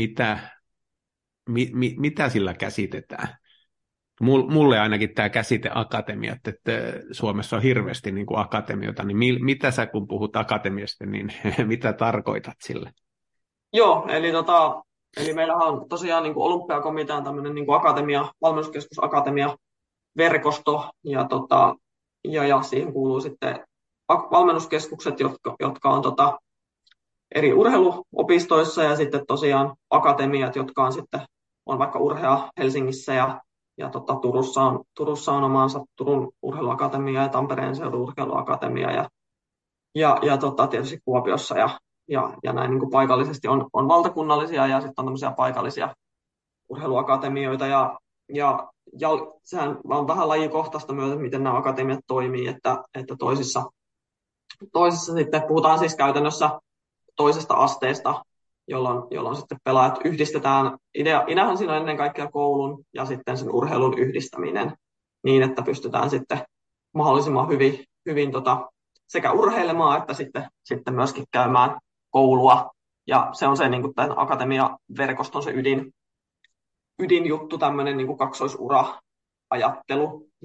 mitä sillä käsitetään? Mulle ainakin tämä käsite akatemiat, että Suomessa on hirveästi niin kuin akatemioita, niin mitä sä kun puhut akatemiasta, niin mitä tarkoitat sillä? Joo, eli meillähän on tosiaan niin kuin Olympiakomitean tämmöinen niin kuin valmennuskeskusakatemia verkosto ja siihen kuuluu sitten valmennuskeskukset, jotka on eri urheiluopistoissa ja sitten tosiaan akatemiat, jotka on vaikka Urhea Helsingissä ja Turussa on omansa Turun urheiluakatemia ja Tampereen seudun urheiluakatemia ja tietysti Kuopiossa ja näin niin kuin paikallisesti on valtakunnallisia ja sitten on tämmöisiä paikallisia urheiluakatemioita sehän on vähän lajikohtaista myös, miten nämä akatemiat toimii, että toisissa sitten puhutaan siis käytännössä toisesta asteesta, jolloin sitten pelaajat yhdistetään. Ideahan siinä on ennen kaikkea koulun ja sitten sen urheilun yhdistäminen niin, että pystytään sitten mahdollisimman hyvin sekä urheilemaan että sitten myöskin käymään koulua. Ja se on se niin kuin tämän akatemiaverkoston se ydinjuttu, tämmöinen niin kuin kaksoisura-ajattelu.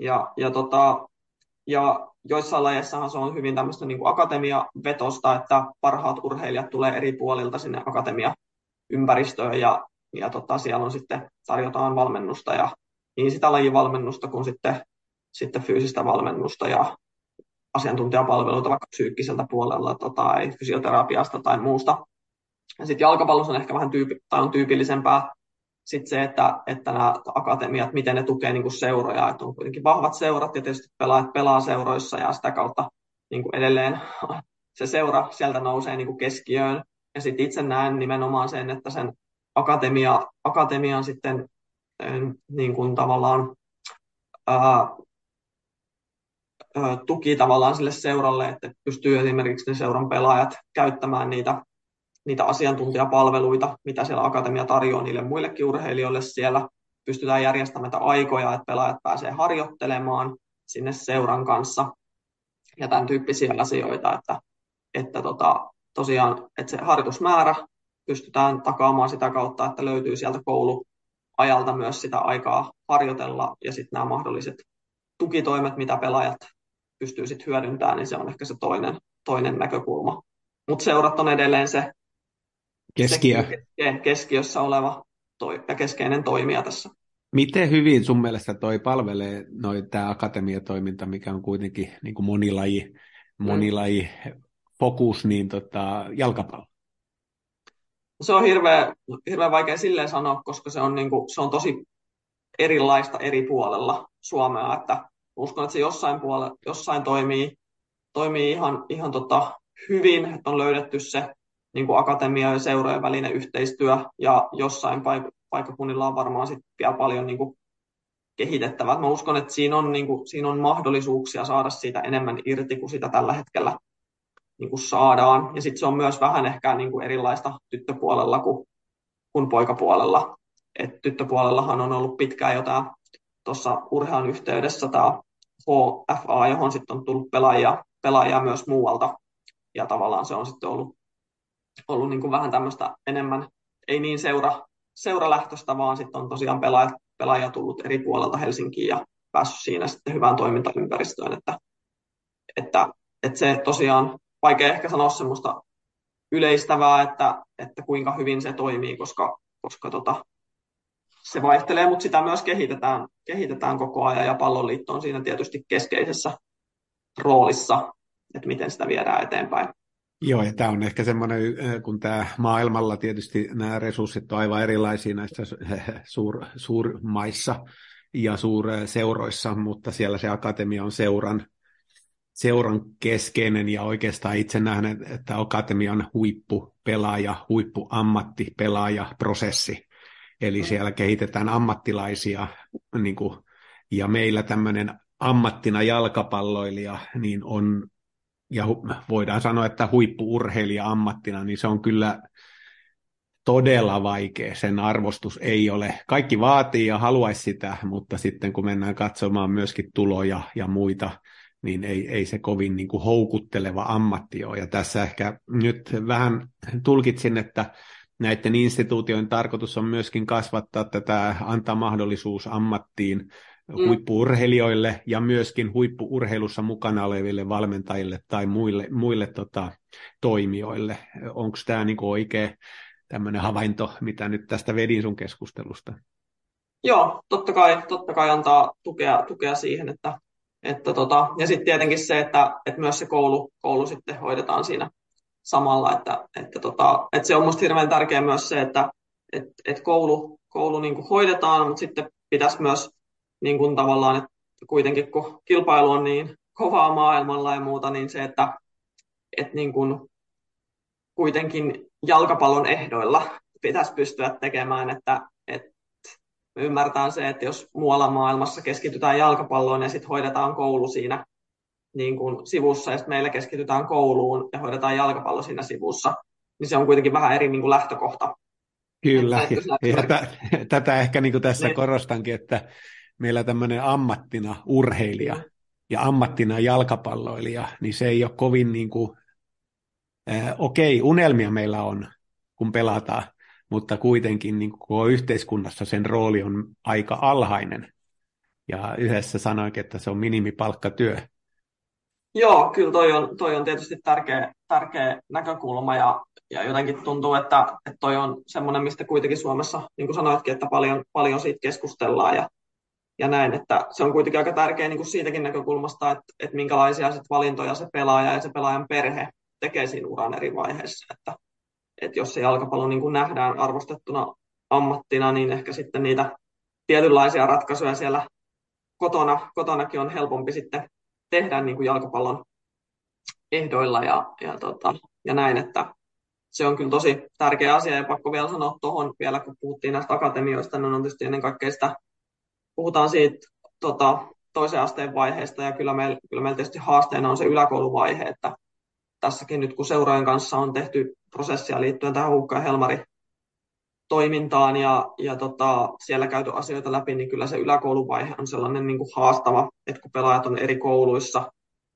Ja joissain lajeissahan se on hyvin tämmöistä niin kuin akatemiavetosta, että parhaat urheilijat tulee eri puolilta sinne akatemiaympäristöön siellä on sitten tarjotaan valmennusta ja niin sitä lajivalmennusta kuin sitten fyysistä valmennusta ja asiantuntijapalveluita vaikka psyykkiseltä puolella tai fysioterapiasta tai muusta. Ja sitten jalkapallossa on ehkä vähän on tyypillisempää sitten se, että nämä akatemiat, miten ne tukee niin kuin seuroja, että on kuitenkin vahvat seurat ja tietysti pelaajat pelaa seuroissa ja sitä kautta niin kuin edelleen se seura sieltä nousee niin kuin keskiöön. Ja sitten itse näen nimenomaan sen, että sen akatemian sitten niin kuin tavallaan tuki tavallaan sille seuralle, että pystyy esimerkiksi ne seuran pelaajat käyttämään niitä asiantuntijapalveluita, mitä siellä akatemia tarjoaa niille muillekin urheilijoille siellä. Pystytään järjestämään aikoja, että pelaajat pääsee harjoittelemaan sinne seuran kanssa ja tämän tyyppisiä asioita, että tosiaan että se harjoitusmäärä pystytään takaamaan sitä kautta, että löytyy sieltä kouluajalta myös sitä aikaa harjoitella ja sitten nämä mahdolliset tukitoimet, mitä pelaajat pystyy sitten hyödyntämään, niin se on ehkä se toinen näkökulma. Mutta seurat on edelleen se keskiössä oleva ja keskeinen toimija tässä. Miten hyvin sun mielestä toi palvelee tämä akatemiatoiminta, mikä on kuitenkin niin kuin monilaji fokus, niin jalkapallo? Se on hirveän vaikea silleen sanoa, koska se on tosi erilaista eri puolella Suomea, että uskon, että se jossain toimii ihan hyvin, että on löydetty se niin kuin akatemia ja seurojen välinen yhteistyö, ja jossain paikkakunnilla on varmaan sitten vielä paljon niin kuin kehitettävää. Mä uskon, että siinä on mahdollisuuksia saada siitä enemmän irti kuin sitä tällä hetkellä niin kuin saadaan. Ja sitten se on myös vähän ehkä niin kuin erilaista tyttöpuolella kuin poikapuolella. Et tyttöpuolellahan on ollut pitkään jo tämä tuossa urheilun yhteydessä tämä HFA, johon sitten on tullut pelaajia myös muualta. Ja tavallaan se on sitten ollut niin kuin vähän tämmöistä enemmän, ei niin seuralähtöistä, vaan sitten on tosiaan pelaajia tullut eri puolelta Helsinkiin ja päässyt siinä sitten hyvään toimintaympäristöön. Että se tosiaan, vaikea ehkä sanoa semmoista yleistävää, että kuinka hyvin se toimii, koska se vaihtelee, mutta sitä myös kehitetään koko ajan ja Palloliitto on siinä tietysti keskeisessä roolissa, että miten sitä viedään eteenpäin. Joo, ja tämä on ehkä semmoinen, kun tämä maailmalla tietysti nämä resurssit on aivan erilaisia näissä suurmaissa ja suurseuroissa, mutta siellä se akatemia on seuran keskeinen ja oikeastaan itse näen, että akatemia on huippupelaaja, huippuammattipelaajaprosessi. Eli siellä kehitetään ammattilaisia, niin kuin, ja meillä tämmöinen ammattina jalkapalloilija niin on, ja voidaan sanoa, että huippu-urheilija ammattina, niin se on kyllä todella vaikea. Sen arvostus ei ole. Kaikki vaatii ja haluaisi sitä, mutta sitten kun mennään katsomaan myöskin tuloja ja muita, niin ei se kovin niin kuin houkutteleva ammatti ole. Ja tässä ehkä nyt vähän tulkitsin, että näiden instituutioiden tarkoitus on myöskin kasvattaa tätä, antaa mahdollisuus ammattiin huippu-urheilijoille ja myöskin huippu-urheilussa mukana oleville valmentajille tai muille toimijoille. Onko tämä niinku oikea tämmöinen havainto, mitä nyt tästä vedin sun keskustelusta? Joo, totta kai antaa tukea siihen, ja sitten tietenkin se, että myös se koulu sitten hoidetaan siinä samalla, että se on musta hirveän tärkeää myös se, että koulu niin kuin hoidetaan, mutta sitten pitäisi myös niin kuin tavallaan, että kuitenkin kun kilpailu on niin kovaa maailmalla ja muuta, niin se, että niin kuin kuitenkin jalkapallon ehdoilla pitäisi pystyä tekemään, että me ymmärretään se, että jos muualla maailmassa keskitytään jalkapalloon ja sitten hoidetaan koulu siinä niin kuin sivussa ja sitten meillä keskitytään kouluun ja hoidetaan jalkapallo siinä sivussa, niin se on kuitenkin vähän eri niin kuin lähtökohta. Kyllä, tätä ehkä niin kuin tässä niin. korostankin, että meillä tämmöinen ammattina urheilija ja ammattina jalkapalloilija, niin se ei ole kovin niin kuin, okei, unelmia meillä on, kun pelataan, mutta kuitenkin niin kuin yhteiskunnassa sen rooli on aika alhainen. Ja yhdessä sanoinkin, että se on minimipalkkatyö. Joo, kyllä toi on tietysti tärkeä näkökulma ja jotenkin tuntuu, että toi on semmoinen, mistä kuitenkin Suomessa, niin kuin sanoitkin, että paljon siitä keskustellaan ja näin, että se on kuitenkin aika tärkeä niin kuin siitäkin näkökulmasta, että minkälaisia sit valintoja se pelaaja ja se pelaajan perhe tekee siinä uran eri vaiheissa, että jos se jalkapallo niin kuin nähdään arvostettuna ammattina, niin ehkä sitten niitä tietynlaisia ratkaisuja siellä kotonakin on helpompi sitten tehdä niin kuin jalkapallon ehdoilla ja näin, että se on kyllä tosi tärkeä asia ja pakko vielä sanoa tuohon vielä, kun puhuttiin näistä akatemioista, niin on tietysti ennen kaikkea sitä, puhutaan siitä toisen asteen vaiheesta ja kyllä meillä tietysti haasteena on se yläkouluvaihe, että tässäkin nyt kun seurojen kanssa on tehty prosessia liittyen tähän Huukka ja Helmari toimintaan ja siellä käyty asioita läpi, niin kyllä se yläkouluvaihe on sellainen niin kuin haastava, että kun pelaajat on eri kouluissa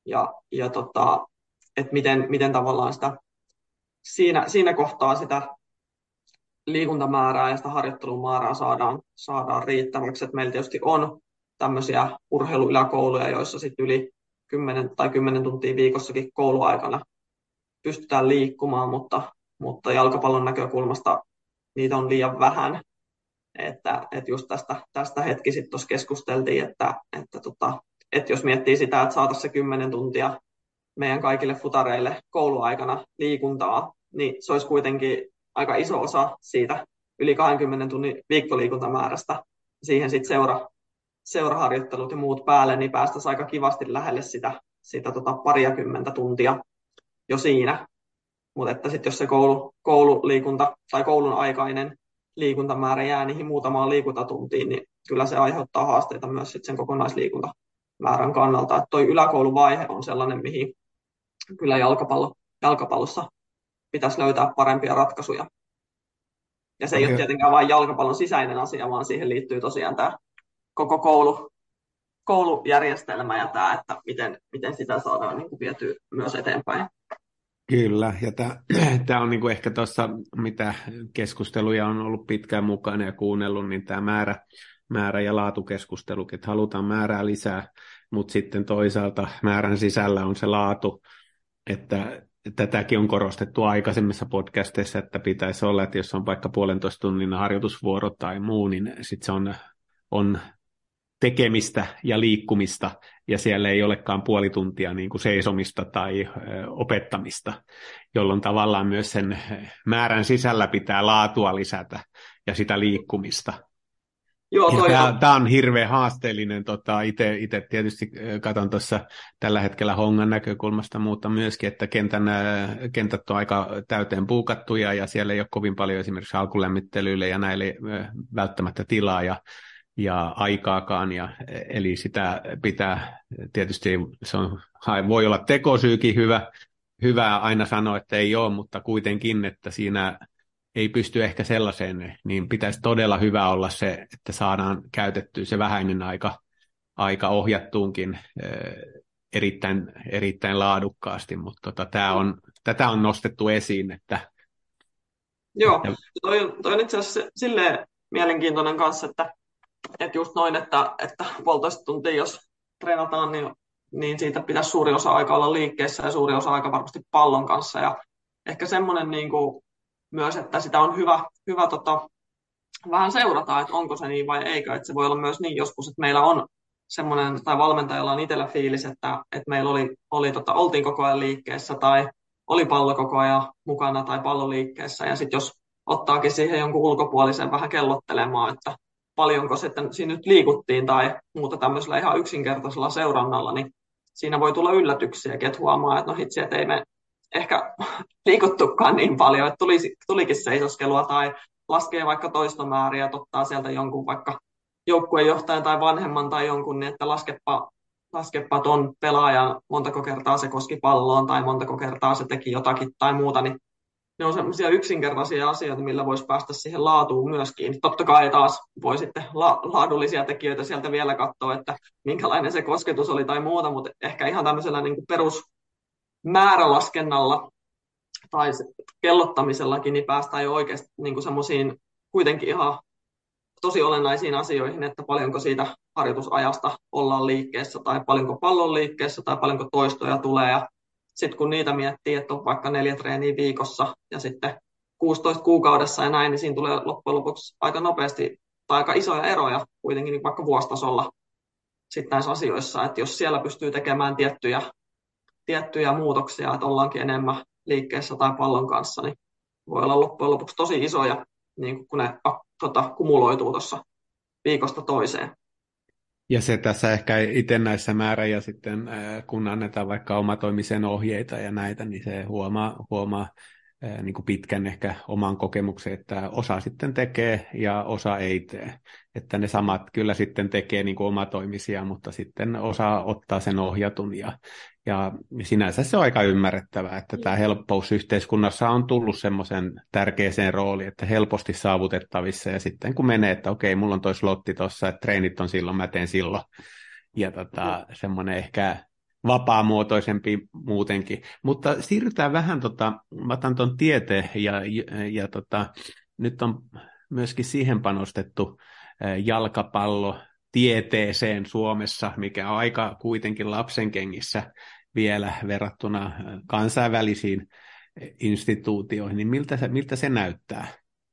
että miten tavallaan sitä siinä kohtaa sitä liikuntamäärää ja sitä harjoittelumäärää saadaan riittäväksi. Että meillä tietysti on tämmöisiä urheiluyläkouluja, joissa sitten yli 10 tuntia viikossakin kouluaikana pystytään liikkumaan, mutta jalkapallon näkökulmasta niitä on liian vähän. Että just tästä hetki sitten tuossa keskusteltiin, että jos miettii sitä, että saataisiin se 10 tuntia meidän kaikille futareille kouluaikana liikuntaa, niin se olisi kuitenkin aika iso osa siitä yli 20 tunnin viikkoliikuntamäärästä. Siihen sitten seuraharjoittelut ja muut päälle, niin päästäisiin aika kivasti lähelle sitä pariakymmentä tuntia jo siinä. Mutta että sitten jos se koululiikunta tai koulun aikainen liikuntamäärä jää niihin muutamaan liikuntatuntiin, niin kyllä se aiheuttaa haasteita myös sit sen kokonaisliikuntamäärän kannalta. Että toi yläkouluvaihe on sellainen, mihin kyllä jalkapallossa pitäisi löytää parempia ratkaisuja. Ja se ei ole Toi, tietenkään vain jalkapallon sisäinen asia, vaan siihen liittyy tosiaan tämä koko koulujärjestelmä ja tämä, että miten sitä saadaan niin kuin vietyä myös eteenpäin. kyllä, ja tämä on niinku ehkä tuossa, mitä keskusteluja on ollut pitkään mukana ja kuunnellut, niin tämä määrä- ja laatukeskustelu, että halutaan määrää lisää, mutta sitten toisaalta määrän sisällä on se laatu, että tätäkin on korostettu aikaisemmissa podcasteissa, että pitäisi olla, että jos on vaikka 1,5 tunnin harjoitusvuoro tai muu, niin sitten se on tekemistä ja liikkumista, ja siellä ei olekaan 0,5 tuntia niin kuin seisomista tai opettamista, jolloin tavallaan myös sen määrän sisällä pitää laatua lisätä ja sitä liikkumista. Joo, Ja toi on. tämä on hirveän haasteellinen. Itse tietysti katson tuossa tällä hetkellä Hongan näkökulmasta, mutta myöskin, että kentät on aika täyteen puukattuja ja siellä ei ole kovin paljon esimerkiksi alkulämmittelyille ja näille välttämättä tilaa ja aikaakaan. Eli sitä pitää tietysti, voi olla tekosyykin hyvä aina sanoa, että ei ole, mutta kuitenkin, että siinä ei pysty ehkä sellaiseen, niin pitäisi todella hyvä olla se, että saadaan käytettyä se vähäinen aika ohjattuunkin erittäin laadukkaasti, mutta tätä on nostettu esiin, Joo, että toi on itse asiassa silleen mielenkiintoinen kanssa, että just noin, että 1,5 tuntia, jos treenataan, niin siitä pitäisi suuri osa aikaa olla liikkeessä ja suuri osa aikaa varmasti pallon kanssa. Ja ehkä semmoinen niin kuin myös, että sitä on hyvä vähän seurata, että onko se niin vai eikö. Että se voi olla myös niin joskus, että meillä on semmoinen, tai valmentajalla on itsellä fiilis, että meillä oltiin koko ajan liikkeessä tai oli pallo koko ajan mukana tai pallo liikkeessä. Ja sitten jos ottaakin siihen jonkun ulkopuolisen vähän kellottelemaan, että paljonko sitten siinä nyt liikuttiin tai muuta tämmöisellä ihan yksinkertaisella seurannalla, niin siinä voi tulla yllätyksiä, että huomaa, että no hitsi, että ei me ehkä liikuttukaan niin paljon, että tulikin seisoskelua tai laskee vaikka toistomääriä, että ottaa sieltä jonkun vaikka joukkuejohtajan tai vanhemman tai jonkun, niin että laskepa ton pelaajan, montako kertaa se koski palloon tai montako kertaa se teki jotakin tai muuta, niin ne on sellaisia yksinkertaisia asioita, millä voisi päästä siihen laatuun myöskin. Totta kai taas voi sitten laadullisia tekijöitä sieltä vielä katsoa, että minkälainen se kosketus oli tai muuta, mutta ehkä ihan tämmöisellä niin kuin perusmäärälaskennalla tai kellottamisellakin niin päästään jo oikeasti niin semmoisiin kuitenkin ihan tosi olennaisiin asioihin, että paljonko siitä harjoitusajasta ollaan liikkeessä tai paljonko pallon liikkeessä tai paljonko toistoja tulee. Ja sitten kun niitä miettii, että on vaikka 4 treeniä viikossa ja sitten 16 kuukaudessa ja näin, niin siinä tulee loppujen lopuksi aika nopeasti tai aika isoja eroja kuitenkin niin vaikka vuositasolla sitten näissä asioissa, että jos siellä pystyy tekemään tiettyjä muutoksia, että ollaankin enemmän liikkeessä tai pallon kanssa, niin voi olla loppujen lopuksi tosi isoja, niin kun ne kumuloituu tuossa viikosta toiseen. ja se tässä ehkä itse näissä määrä ja sitten kun annetaan vaikka omatoimisen ohjeita ja näitä, niin se huomaa niin kuin pitkän ehkä oman kokemuksen, että osa sitten tekee ja osa ei tee. Että ne samat kyllä sitten tekee niin kuin omatoimisia, mutta sitten osa ottaa sen ohjatun ja sinänsä se on aika ymmärrettävää, että tämä helppous yhteiskunnassa on tullut semmoisen tärkeäseen rooliin, että helposti saavutettavissa ja sitten kun menee, että okei, mulla on toi slotti tuossa, että treenit on silloin, mä teen silloin. Ja semmoinen ehkä vapaamuotoisempi muutenkin. Mutta siirrytään vähän, mä otan tuon tieteen ja nyt on myöskin siihen panostettu jalkapallo tieteeseen Suomessa, mikä on aika kuitenkin lapsenkengissä vielä verrattuna kansainvälisiin instituutioihin, niin miltä se näyttää?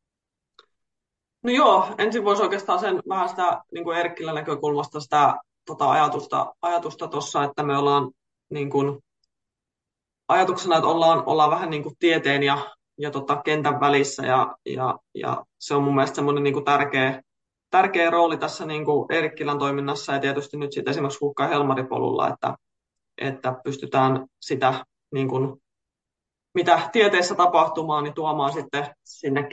No joo, ensin voisi oikeastaan vähän sitä niin kuin Erkkilän näkökulmasta sitä ajatusta tuossa, että me ollaan niin kuin, ajatuksena, että ollaan vähän niin kuin tieteen ja kentän välissä ja se on mun mielestä semmoinen niin kuin tärkeä rooli tässä niin kuin Erkkilän toiminnassa ja tietysti nyt sitten esimerkiksi Hukka Helmaripolulla, että pystytään sitä niin kuin, mitä tieteessä tapahtumaan, niin tuomaan sitten sinne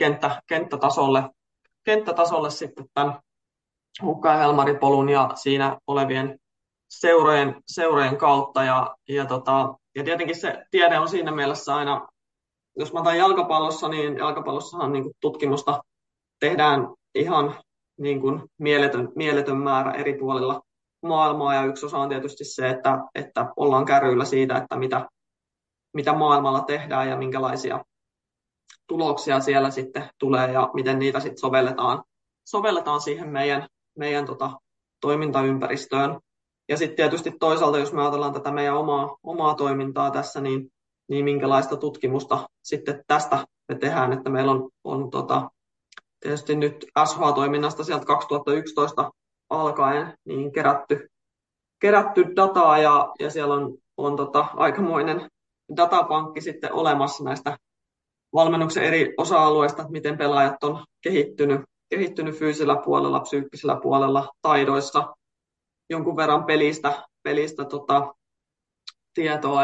kenttätasolle sitten tämän Hukka ja Helmaripolun ja siinä olevien seurojen kautta. Ja tietenkin se tiede on siinä mielessä aina, jos mä otan jalkapallossa, niin jalkapallossahan on niin kuin tutkimusta tehdään ihan niin kuin mieletön määrä eri puolilla maailmaa, ja yksi osa on tietysti se, että ollaan kärryillä siitä, että mitä maailmalla tehdään ja minkälaisia tuloksia siellä sitten tulee ja miten niitä sitten sovelletaan siihen meidän toimintaympäristöön. Ja sitten tietysti toisaalta, jos me ajatellaan tätä meidän omaa toimintaa tässä, niin minkälaista tutkimusta sitten tästä me tehdään, että meillä on tietysti nyt SH-toiminnasta sieltä 2011 alkaen niin kerätty dataa, ja siellä on aikamoinen datapankki sitten olemassa näistä valmennuksen eri osa-alueista, että miten pelaajat on kehittynyt fyysisellä puolella, psyykkisellä puolella, taidoissa, jonkun verran pelistä tietoa,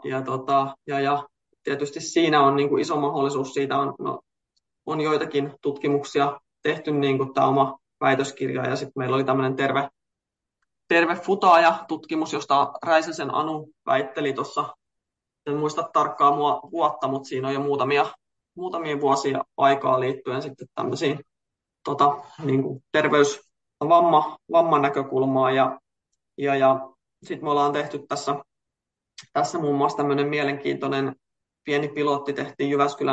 ja tietysti siinä on niin kuin iso mahdollisuus, siitä on joitakin tutkimuksia tehty, niin kuin tämä oma väitöskirja, ja sitten meillä oli tämmöinen terve futaaja-tutkimus, josta Räisäsen Anu väitteli tuossa, en muista tarkkaa vuotta, mutta siinä on jo muutamia vuosia aikaa liittyen sitten tämmöisiin niin kuin terveysvamman näkökulmaan, ja sitten me ollaan tehty tässä muun muassa tämmöinen mielenkiintoinen pieni pilotti tehtiin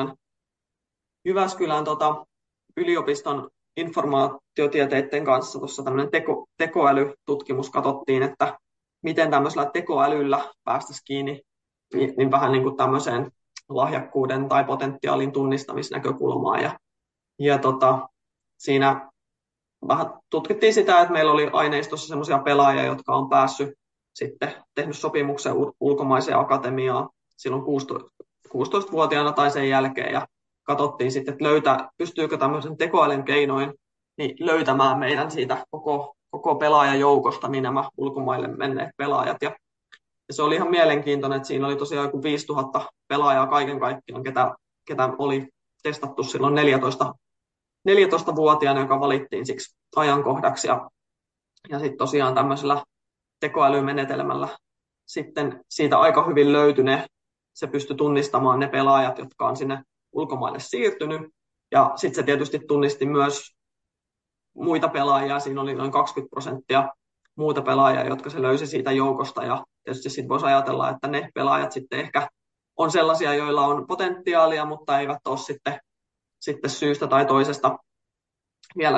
Jyväskylän yliopiston informaatiotieteiden kanssa. Tuossa tämmöinen tekoälytutkimus, katsottiin, että miten tämmöisellä tekoälyllä päästäisiin kiinni niin vähän niin kuin tämmöiseen lahjakkuuden tai potentiaalin tunnistamisnäkökulmaan. Ja siinä vähän tutkittiin sitä, että meillä oli aineistossa semmoisia pelaajia, jotka on päässyt sitten tehnyt sopimuksen ulkomaiseen akatemiaan silloin 16-vuotiaana tai sen jälkeen, ja katsottiin sitten, että pystyykö tämmöisen tekoälyn keinoin niin löytämään meidän siitä koko pelaajajoukosta niin nämä ulkomaille menneet pelaajat. Ja se oli ihan mielenkiintoinen, että siinä oli tosiaan joku 5000 pelaajaa kaiken kaikkiaan, ketä oli testattu silloin 14-vuotiaana, joka valittiin siksi ajankohdaksi. Ja sitten tosiaan tämmöisellä tekoälymenetelmällä sitten siitä aika hyvin löytyi se pystyi tunnistamaan ne pelaajat, jotka on sinne ulkomaille siirtynyt. Ja sitten se tietysti tunnisti myös muita pelaajia, siinä oli noin 20% muuta pelaajia, jotka se löysi siitä joukosta. Ja tietysti sitten voisi ajatella, että ne pelaajat sitten ehkä on sellaisia, joilla on potentiaalia, mutta eivät ole sitten syystä tai toisesta vielä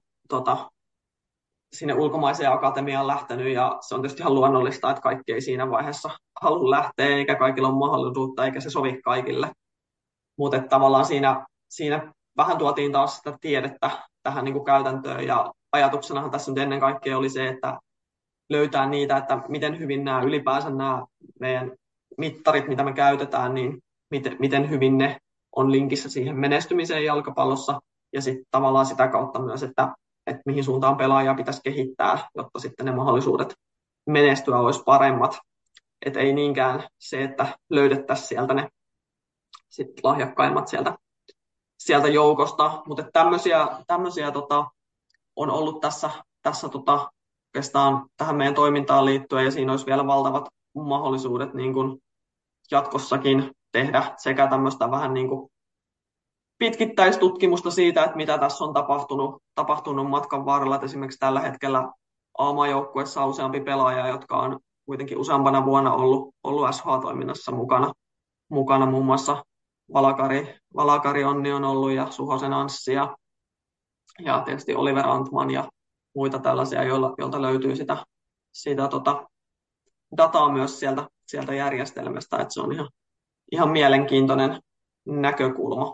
sinne ulkomaiseen akatemiaan lähtenyt, ja se on tietysti ihan luonnollista, että kaikki ei siinä vaiheessa halua lähteä, eikä kaikilla ole mahdollisuutta, eikä se sovi kaikille. Mutta tavallaan siinä vähän tuotiin taas sitä tiedettä tähän niin kuin käytäntöön, ja ajatuksenahan tässä nyt ennen kaikkea oli se, että löytää niitä, että miten hyvin ylipäänsä nämä meidän mittarit, mitä me käytetään, niin miten hyvin ne on linkissä siihen menestymiseen jalkapallossa, ja sitten tavallaan sitä kautta myös, että mihin suuntaan pelaajaa pitäisi kehittää, jotta sitten ne mahdollisuudet menestyä olisi paremmat. Et ei niinkään se, että löydettäisiin sieltä ne sit lahjakkaimmat sieltä joukosta, mutta tämmöisiä on ollut tässä oikeastaan tähän meidän toimintaan liittyen, ja siinä olisi vielä valtavat mahdollisuudet niin kuin jatkossakin tehdä sekä tämmöistä vähän niin kuin pitkittäistutkimusta siitä, että mitä tässä on tapahtunut matkan varrella. Et esimerkiksi tällä hetkellä A-maajoukkueessa on useampi pelaaja, jotka on kuitenkin useampana vuonna ollut SH-toiminnassa mukana. Muun muassa Valakari Onni on ollut, ja Suhosen Anssi, ja tietysti Oliver Antman ja muita tällaisia, joilta löytyy sitä dataa myös sieltä järjestelmästä, että se on ihan mielenkiintoinen näkökulma.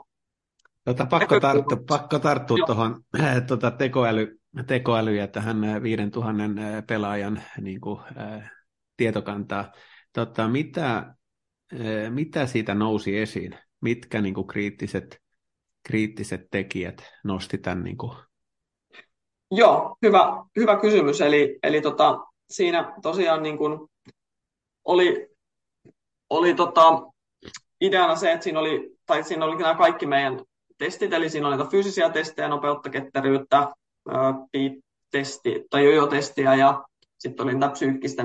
Pakko tarttua tuohon tekoäly ja tähän 5000 pelaajan niin kuin, tietokantaa. Mitä siitä nousi esiin? Mitkä niin kuin, kriittiset tekijät nosti tämän? Niin kuin? Joo, hyvä kysymys. Eli siinä tosiaan niin kuin oli ideana se, että siinä oli nämä kaikki meidän testit, eli siinä oli fyysisiä testejä, nopeutta, ketteryyttä, PEEP-testi tai jojo-testiä, ja sitten oli niitä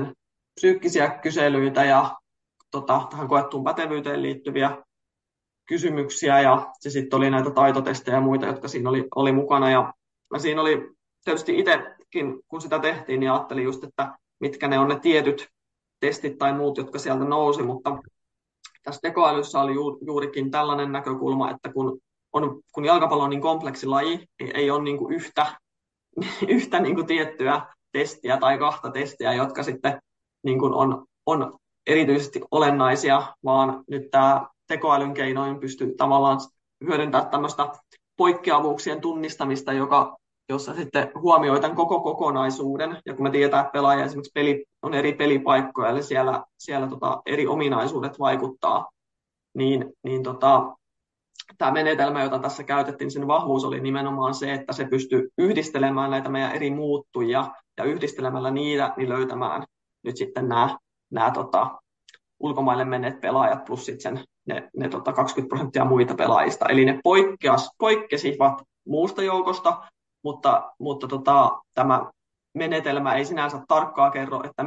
psyykkisiä kyselyitä ja tähän koettuun pätevyyteen liittyviä kysymyksiä ja se sitten oli näitä taitotestejä ja muita, jotka siinä oli mukana. Ja siinä oli tietysti itsekin, kun sitä tehtiin, niin ajattelin just, että mitkä ne on ne tietyt testit tai muut, jotka sieltä nousi, mutta tässä tekoälyssä oli juurikin tällainen näkökulma, että kun jalkapallo on niin kompleksi laji, niin ei ole niin kuin yhtä niin kuin tiettyä testiä tai kahta testiä, jotka sitten niin kuin on erityisesti olennaisia, vaan nyt tämä tekoälyn keinoin pystyy tavallaan hyödyntämään tämmöistä poikkeavuuksien tunnistamista, jossa sitten huomioi tämän koko kokonaisuuden. Ja kun me tiedetään, että pelaaja esimerkiksi on eri pelipaikkoja, eli siellä eri ominaisuudet vaikuttaa, niin tämä menetelmä, jota tässä käytettiin, sen vahvuus oli nimenomaan se, että se pystyy yhdistelemään näitä meidän eri muuttujia ja yhdistelemällä niitä, niin löytämään nyt sitten nämä ulkomaille menneet pelaajat plus sitten ne 20% muita pelaajista. Eli ne poikkesivat muusta joukosta, mutta tämä menetelmä ei sinänsä tarkkaan kerro, että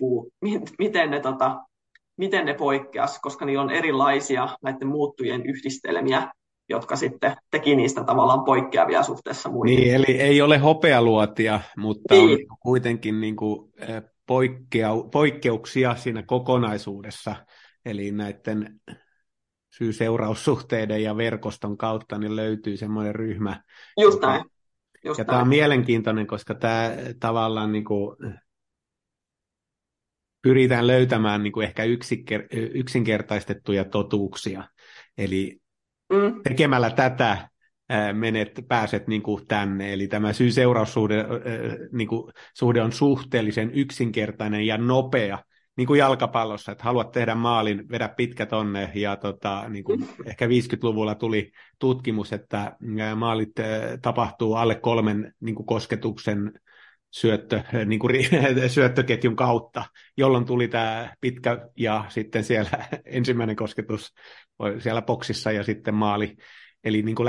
miten ne poikkeas, koska niillä on erilaisia näiden muuttujien yhdistelmiä, jotka sitten teki niistä tavallaan poikkeavia suhteessa muihin. Niin, eli ei ole hopealuotia, mutta on Niin. kuitenkin niin kuin poikkeuksia siinä kokonaisuudessa, eli näiden syy-seuraussuhteiden ja verkoston kautta niin löytyy semmoinen ryhmä. Just näin. Ja tämä on mielenkiintoinen, koska tämä tavallaan niin kuin pyritään löytämään niin kuin ehkä yksinkertaistettuja totuuksia. Eli tekemällä tätä pääset niin kuin tänne. Eli tämä syy-seuraussuhde niin kuin suhde on suhteellisen yksinkertainen ja nopea, niin kuin jalkapallossa, että haluat tehdä maalin, vedä pitkä tonne, ja niin kuin ehkä 50-luvulla tuli tutkimus, että maalit tapahtuu alle 3 niin kuin kosketuksen niin kuin syöttöketjun kautta, jolloin tuli tämä pitkä ja sitten siellä ensimmäinen kosketus siellä boksissa ja sitten maali. Eli niin kuin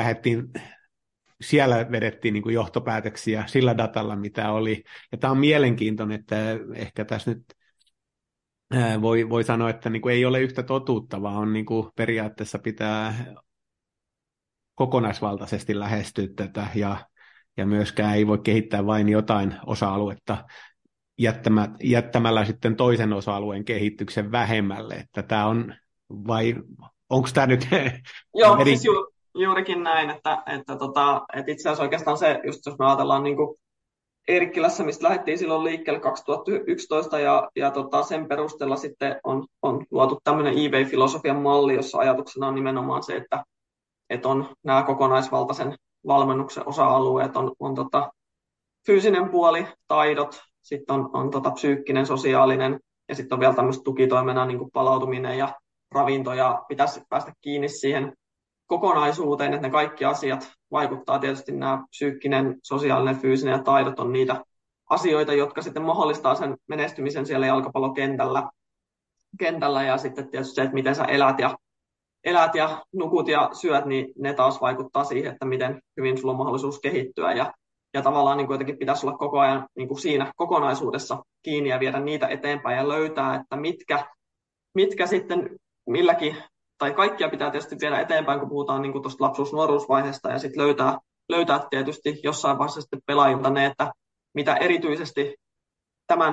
siellä vedettiin niin kuin johtopäätöksiä sillä datalla, mitä oli. Ja tämä on mielenkiintoinen, että ehkä tässä nyt voi sanoa, että niin kuin ei ole yhtä totuutta, vaan on niin kuin periaatteessa pitää kokonaisvaltaisesti lähestyä tätä ja myöskään ei voi kehittää vain jotain osa-aluetta jättämällä sitten toisen osa-alueen kehityksen vähemmälle, että tämä on, vai onko tämä nyt... Joo, siis juurikin näin, että itse asiassa oikeastaan se, just jos me ajatellaan niin kuin Eerikkilässä, mistä lähdettiin silloin liikkeelle 2011, ja sen perusteella sitten on luotu tämmöinen eBay-filosofian malli, jossa ajatuksena on nimenomaan se, että on nämä kokonaisvaltaisen valmennuksen osa-alueet, on fyysinen puoli, taidot, sitten on psyykkinen, sosiaalinen, ja sitten on vielä tämmöistä tukitoimena niin kuin palautuminen ja ravinto, ja pitäisi päästä kiinni siihen kokonaisuuteen, että ne kaikki asiat vaikuttaa tietysti nämä psyykkinen, sosiaalinen, fyysinen ja taidot on niitä asioita, jotka sitten mahdollistaa sen menestymisen siellä jalkapallokentällä ja sitten tietysti se, että miten sä elät ja nukut ja syöt, niin ne taas vaikuttaa siihen, että miten hyvin sulla on mahdollisuus kehittyä ja tavallaan niin jotenkin pitäisi olla koko ajan niin kuin siinä kokonaisuudessa kiinni ja viedä niitä eteenpäin ja löytää, että mitkä sitten milläkin, tai kaikkia pitää tietysti viedä eteenpäin, kun puhutaan niin tuosta lapsuus-nuoruusvaiheesta ja sitten löytää tietysti jossain vaiheessa sitten pelaajilta ne, että mitä erityisesti tämän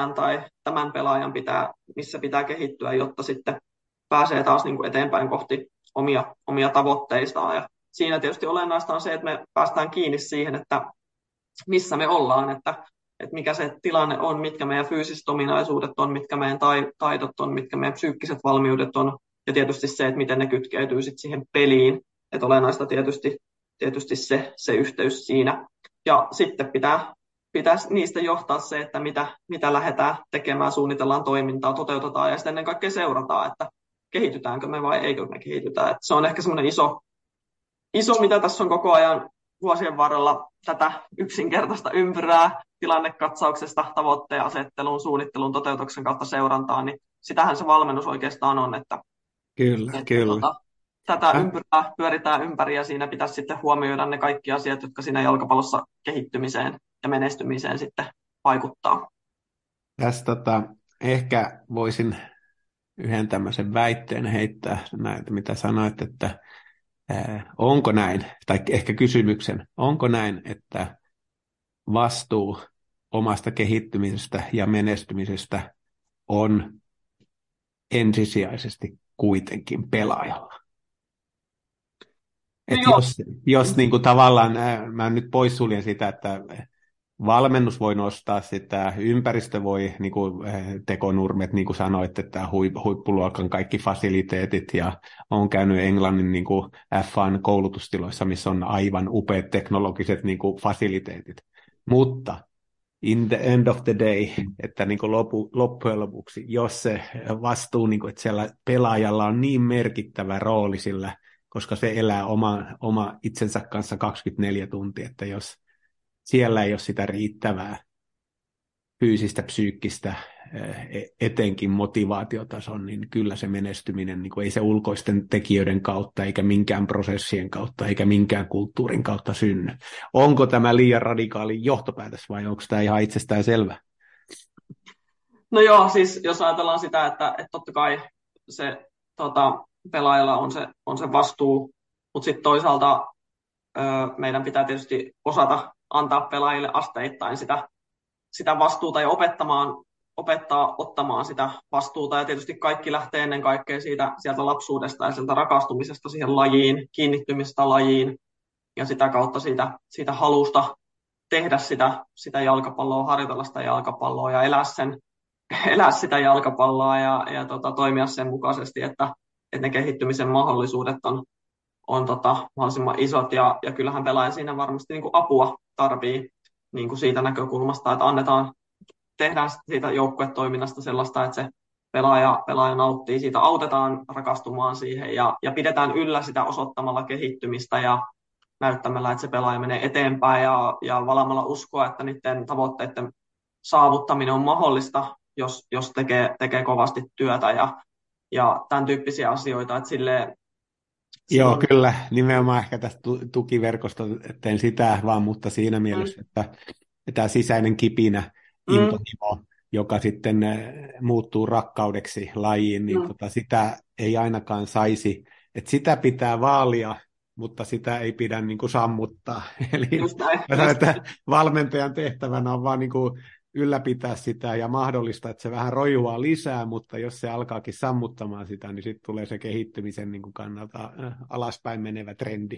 pelaajan missä pitää kehittyä, jotta sitten pääsee taas niin kuin eteenpäin kohti omia tavoitteistaan. Ja siinä tietysti olennaista on se, että me päästään kiinni siihen, että missä me ollaan, että mikä se tilanne on, mitkä meidän fyysiset ominaisuudet on, mitkä meidän taidot on, mitkä meidän psyykkiset valmiudet on, ja tietysti se, että miten ne kytkeytyy sitten siihen peliin. Että olennaista tietysti se yhteys siinä. Ja sitten pitäisi niistä johtaa se, että mitä lähdetään tekemään, suunnitellaan toimintaa, toteutetaan ja sitten ennen kaikkea seurataan, että kehitytäänkö me vai eikö me kehitytä. Että se on ehkä semmoinen iso, mitä tässä on koko ajan vuosien varrella tätä yksinkertaista ympyrää tilannekatsauksesta tavoitteen asetteluun, suunnitteluun, toteutuksen kautta seurantaan, niin sitähän se valmennus oikeastaan on, että Kyllä. Tätä ympyrää pyöritään ympäri ja siinä pitäisi sitten huomioida ne kaikki asiat, jotka siinä jalkapallossa kehittymiseen ja menestymiseen sitten vaikuttaa. Tässä ehkä voisin yhden tämmöisen väitteen heittää näitä, mitä sanoit, että onko näin, tai ehkä kysymyksen, onko näin, että vastuu omasta kehittymisestä ja menestymisestä on ensisijaisesti kuitenkin pelaajalla. No Että joo. jos niin kuin tavallaan, mä nyt poissuljen sitä, että valmennus voi nostaa sitä, ympäristö voi, niin kuin tekonurmet, niin kuin sanoit, että huippuluokan kaikki fasiliteetit, ja olen käynyt Englannin niin kuin F1-koulutustiloissa, missä on aivan upeat teknologiset niin kuin fasiliteetit. Mutta in the end of the day, että niin kuin loppujen lopuksi, jos se vastuu, niin kuin, että siellä pelaajalla on niin merkittävä rooli sillä, koska se elää oma itsensä kanssa 24 tuntia, että jos siellä ei ole sitä riittävää fyysistä, psyykkistä, etenkin motivaatiotason, niin kyllä se menestyminen, niin ei se ulkoisten tekijöiden kautta, eikä minkään prosessien kautta, eikä minkään kulttuurin kautta synny. Onko tämä liian radikaali johtopäätös vai onko tämä ihan itsestään selvä? No joo, siis jos ajatellaan sitä, että totta kai se pelaajalla on se vastuu, mutta sitten toisaalta meidän pitää tietysti osata antaa pelaajille asteittain sitä vastuuta ja opettaa ottamaan sitä vastuuta. Ja tietysti kaikki lähtee ennen kaikkea sieltä lapsuudesta ja sieltä rakastumisesta siihen lajiin, kiinnittymistä lajiin ja sitä kautta siitä halusta tehdä sitä jalkapalloa, harjoitella sitä jalkapalloa ja elää sitä jalkapalloa ja toimia sen mukaisesti, että ne kehittymisen mahdollisuudet on mahdollisimman isot ja kyllähän pelaaja siinä varmasti niin kuin apua tarvii niin kuin siitä näkökulmasta, että tehdään siitä joukkuetoiminnasta sellaista, että se pelaaja nauttii siitä, autetaan rakastumaan siihen ja pidetään yllä sitä osoittamalla kehittymistä ja näyttämällä, että se pelaaja menee eteenpäin ja valaamalla uskoa, että niiden tavoitteiden saavuttaminen on mahdollista, jos tekee kovasti työtä ja tämän tyyppisiä asioita, että Joo, silloin. kyllä. Nimenomaan ehkä tästä tukiverkosta teen sitä vaan, mutta siinä mielessä, että tämä sisäinen kipinä, intohimo, joka sitten muuttuu rakkaudeksi lajiin, niin sitä ei ainakaan saisi. Että sitä pitää vaalia, mutta sitä ei pidä niin kuin sammuttaa. Eli että valmentajan tehtävänä on vaan niin kuin ylläpitää sitä ja mahdollista, että se vähän rojuaa lisää, mutta jos se alkaakin sammuttamaan sitä, niin sitten tulee se kehittymisen niin kuin kannalta alaspäin menevä trendi.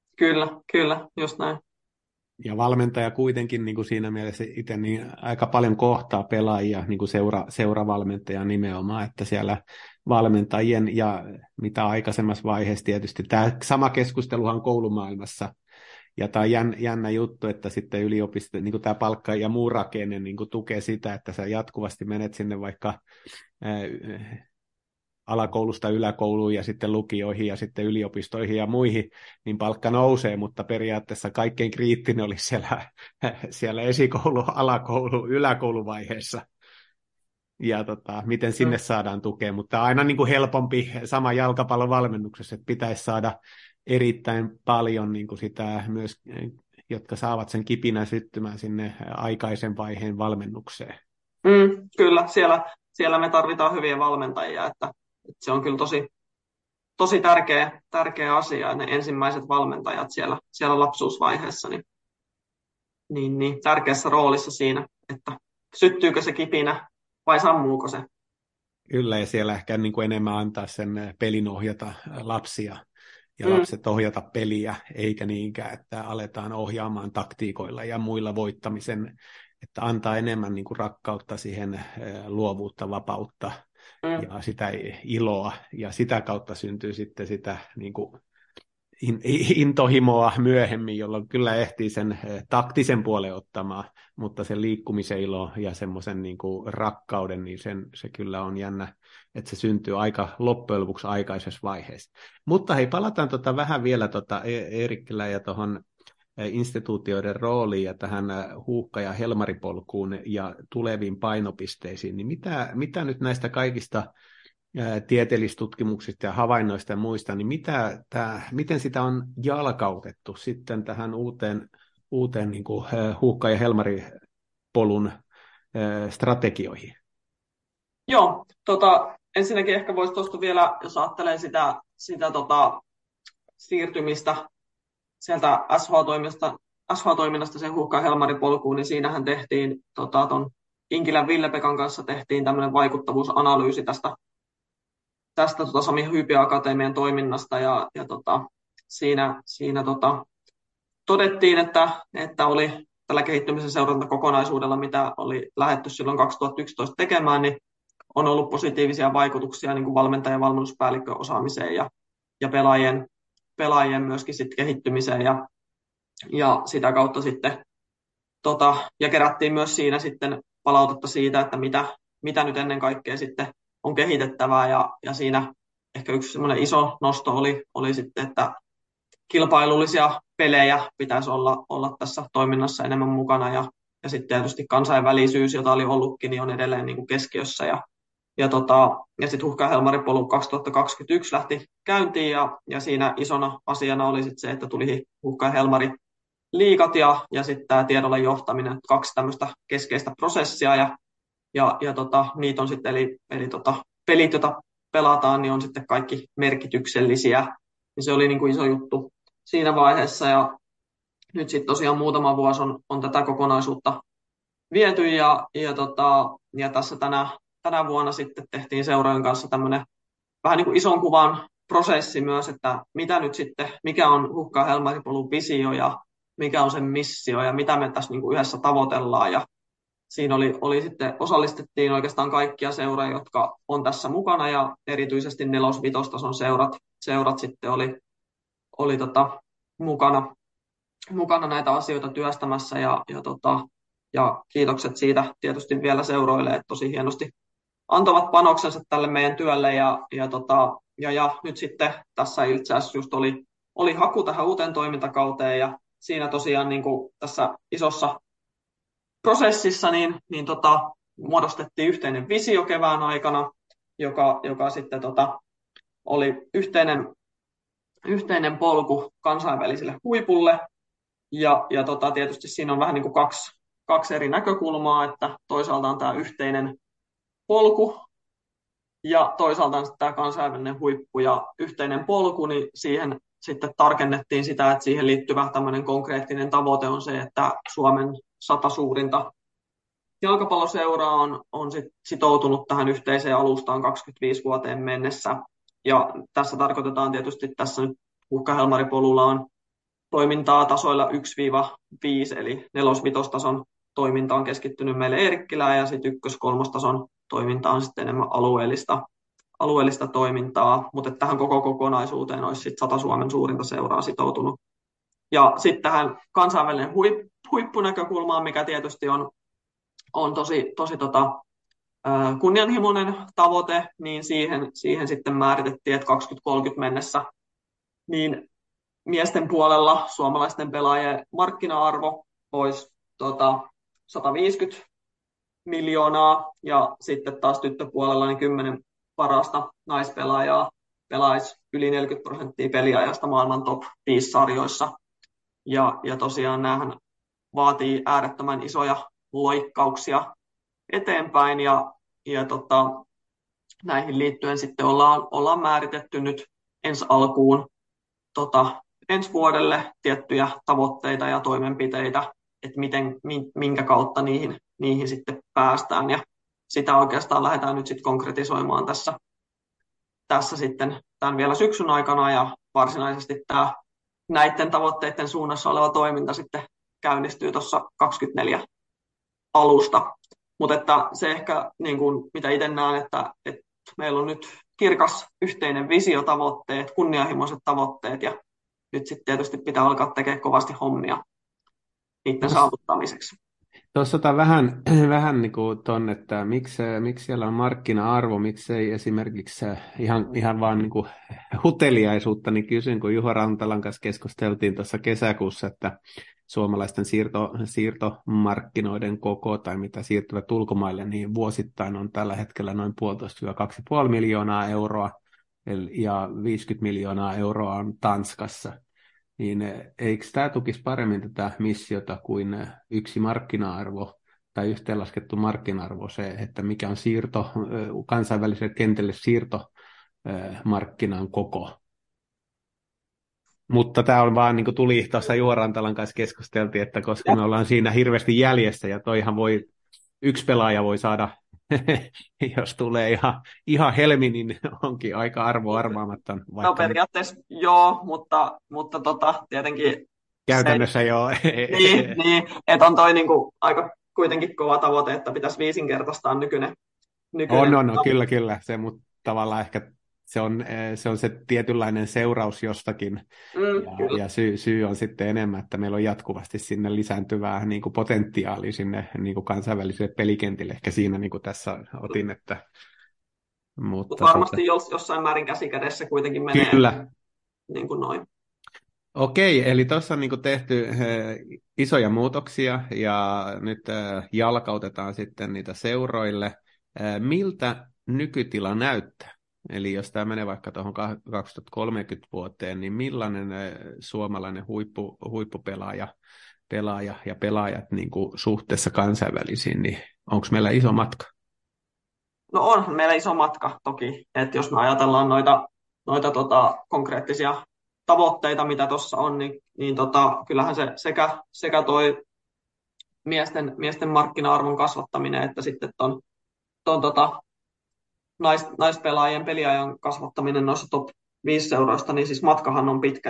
Kyllä, just näin. Ja valmentaja kuitenkin niin kuin siinä mielessä itse niin aika paljon kohtaa pelaajia, niin kuin seuravalmentaja nimenomaan, että siellä valmentajien ja mitä aikaisemmassa vaiheessa tietysti tämä sama keskusteluhan koulumaailmassa. Ja tämä on jännä juttu, että sitten yliopisto, niin kuin tämä palkka ja muu rakenne niin kuin tukee sitä, että sä jatkuvasti menet sinne vaikka alakoulusta yläkouluun ja sitten lukioihin ja sitten yliopistoihin ja muihin, niin palkka nousee, mutta periaatteessa kaikkein kriittinen oli siellä esikoulu, alakoulu, yläkouluvaiheessa. Ja miten sinne saadaan tukea, mutta aina niin kuin helpompi sama jalkapallon valmennuksessa, että pitäisi saada erittäin paljon niin kuin sitä myös, jotka saavat sen kipinän syttymään sinne aikaisen vaiheen valmennukseen. Kyllä, siellä me tarvitaan hyviä valmentajia, että se on kyllä tosi tärkeä asia, ne ensimmäiset valmentajat siellä lapsuusvaiheessa, niin tärkeässä roolissa siinä, että syttyykö se kipinä vai sammuuko se. Kyllä, ja siellä ehkä niin kuin enemmän antaa sen pelin ohjata lapsia ja lapset ohjata peliä, eikä niinkään, että aletaan ohjaamaan taktiikoilla ja muilla voittamisen, että antaa enemmän niin kuin rakkautta siihen, luovuutta, vapautta ja sitä iloa, ja sitä kautta syntyy sitten sitä niin kuin intohimoa myöhemmin, jolloin kyllä ehtii sen taktisen puolen ottamaan, mutta sen liikkumisen ilo ja semmoisen niin kuin rakkauden, niin se kyllä on jännä, että se syntyy aika loppujen lopuksi aikaisessa vaiheessa. Mutta hei, palataan vähän vielä Eerikkilä ja tuohon instituutioiden rooliin ja tähän Huuhka- ja Helmaripolkuun ja tuleviin painopisteisiin, niin mitä nyt näistä kaikista tieteellistutkimuksista ja havainnoista ja muista, niin miten sitä on jalkautettu sitten tähän uuteen niin kuin Huuhka- ja Helmaripolun strategioihin? Joo, ensinnäkin ehkä voisi tuosta vielä, jos ajattelee sitä siirtymistä sieltä SH-toiminnasta sen Huhka Helmarin polkuun, niin siinähän tehtiin ton Inkilän Ville-Pekan kanssa tehtiin tämmöinen vaikuttavuusanalyysi tästä Sami Hyypiö Akatemian toiminnasta ja siinä todettiin, että oli tällä kehittymisen seurantakokonaisuudella, mitä oli lähdetty silloin 2011 tekemään, niin on ollut positiivisia vaikutuksia niin kuin valmentajan ja valmennuspäällikön osaamiseen ja pelaajien myöskin sit kehittymiseen ja sitä kautta sitten ja kerättiin myös siinä sitten palautetta siitä, että mitä nyt ennen kaikkea sitten on kehitettävää ja siinä ehkä yksi semmoinen iso nosto oli sitten, että kilpailullisia pelejä pitäisi olla tässä toiminnassa enemmän mukana ja sitten tietysti kansainvälisyys, jota oli ollutkin, niin on edelleen niin kuin keskiössä ja sitten Huhka Helmarin polku 2021 lähti käyntiin ja siinä isona asiana oli sitten se, että tuli Huhka Helmari liigat ja sitten tämä tiedolla johtaminen, kaksi tämmöistä keskeistä prosessia ja niitä on sitten eli pelit, joita pelataan, niin on sitten kaikki merkityksellisiä, niin se oli niin kuin iso juttu siinä vaiheessa ja nyt sitten tosiaan muutama vuosi on tätä kokonaisuutta viety ja tässä tänä vuonna sitten tehtiin seurojen kanssa tämmöinen vähän niin kuin ison kuvan prosessi myös, että mitä nyt sitten, mikä on Huhka Helmarin polun visio ja mikä on sen missio ja mitä me tässä niin kuin yhdessä tavoitellaan ja siinä oli sitten, osallistettiin oikeastaan kaikkia seuroja, jotka on tässä mukana ja erityisesti nelos-vitostason seurat sitten oli mukana näitä asioita työstämässä ja kiitokset siitä tietysti vielä seuroille, että tosi hienosti antavat panoksensa tälle meidän työlle ja nyt sitten tässä itse asiassa just oli haku tähän uuteen toimintakauteen ja siinä tosiaan niin kuin tässä isossa prosessissa muodostettiin yhteinen visio kevään aikana, joka sitten oli yhteinen polku kansainväliselle huipulle ja tietysti siinä on vähän niin kuin kaksi eri näkökulmaa, että toisaalta on tämä yhteinen polku ja toisaalta on tämä kansainvälinen huippu ja yhteinen polku, niin siihen sitten tarkennettiin sitä, että siihen liittyvä tämmöinen konkreettinen tavoite on se, että Suomen 100 suurinta jalkapalloseuraa on sitoutunut tähän yhteiseen alustaan 25 vuoteen mennessä. Ja tässä tarkoitetaan tietysti, tässä nyt Huhka Helmari polulla on toimintaa tasoilla 1-5, eli 4-5 tason toiminta on keskittynyt meille Eerikkilään ja sitten 1-3 tason toiminta on sitten enemmän alueellista toimintaa, mutta tähän koko kokonaisuuteen olisi sitten 100 Suomen suurinta seuraa sitoutunut. Ja sitten tähän kansainvälinen huippunäkökulmaan, mikä tietysti on tosi kunnianhimoinen tavoite, niin siihen sitten määritettiin, että 2030 mennessä niin miesten puolella suomalaisten pelaajien markkina-arvo olisi 150 miljoonaa ja sitten taas tyttöpuolella niin 10 parasta naispelaajaa pelaisi yli 40% peliajasta maailman top 5 sarjoissa. Ja tosiaan näähän vaatii äärettömän isoja loikkauksia eteenpäin ja näihin liittyen sitten ollaan määritetty nyt ensi alkuun ensi vuodelle tiettyjä tavoitteita ja toimenpiteitä, että minkä kautta niihin sitten päästään ja sitä oikeastaan lähdetään nyt sitten konkretisoimaan tässä sitten tämän vielä syksyn aikana ja varsinaisesti tämä näiden tavoitteiden suunnassa oleva toiminta sitten käynnistyy tuossa 2024 alusta. Mutta että se ehkä, niin kuin, mitä itse näen, että meillä on nyt kirkas yhteinen visiotavoitteet, kunnianhimoiset tavoitteet ja nyt sitten tietysti pitää alkaa tekemään kovasti hommia niiden saavuttamiseksi. Tuossa vähän niin kuin ton, että miksi siellä on markkina-arvo, miksei esimerkiksi ihan vaan niin kuin huteliaisuutta, niin kysyn, kun Juho Rantalan kanssa keskusteltiin tuossa kesäkuussa, että suomalaisten siirtomarkkinoiden koko tai mitä siirtyvät ulkomaille, niin vuosittain on tällä hetkellä noin 1,5–2,5 miljoonaa euroa ja 50 miljoonaa euroa on Tanskassa. Niin eikö tämä tukisi paremmin tätä missiota kuin yksi markkina-arvo tai yhteenlaskettu markkina-arvo se, että mikä on siirto, kansainväliselle kentälle siirtomarkkinan koko. Mutta tämä on vaan, niin kuin tuli tuossa Juho Rantalan kanssa keskusteltiin, että koska me ollaan siinä hirveästi jäljessä, ja toihan voi, yksi pelaaja voi saada, jos tulee ihan helmi, niin onkin aika arvaamaton. No periaatteessa joo, mutta tietenkin käytännössä joo. Niin, että on toi niinku aika kuitenkin kova tavoite, että pitäisi viisinkertaistaa nykyinen. On, kyllä. Se, mutta tavallaan ehkä se on se tietynlainen seuraus jostakin, ja syy on sitten enemmän, että meillä on jatkuvasti sinne lisääntyvää niin kuin potentiaalia sinne niin kuin kansainväliselle pelikentille, ehkä siinä niin kuin tässä otin, että mutta varmasti jossain määrin käsikädessä kuitenkin menee kyllä. Niin kuin noin. Okei, eli tuossa on niin kuin tehty isoja muutoksia, ja nyt jalkautetaan sitten niitä seuroille. Miltä nykytila näyttää? Eli jos tämä menee vaikka tuohon 2030 vuoteen, niin millainen suomalainen huippupelaaja ja pelaajat niin kuin suhteessa kansainvälisiin, niin onko meillä iso matka? No onhan meillä iso matka toki, että jos me ajatellaan noita konkreettisia tavoitteita, mitä tuossa on, niin kyllähän se sekä toi miesten markkina-arvon kasvattaminen, että sitten ton naispelaajien peliajan kasvattaminen noissa top 5 seuroista, niin siis matkahan on pitkä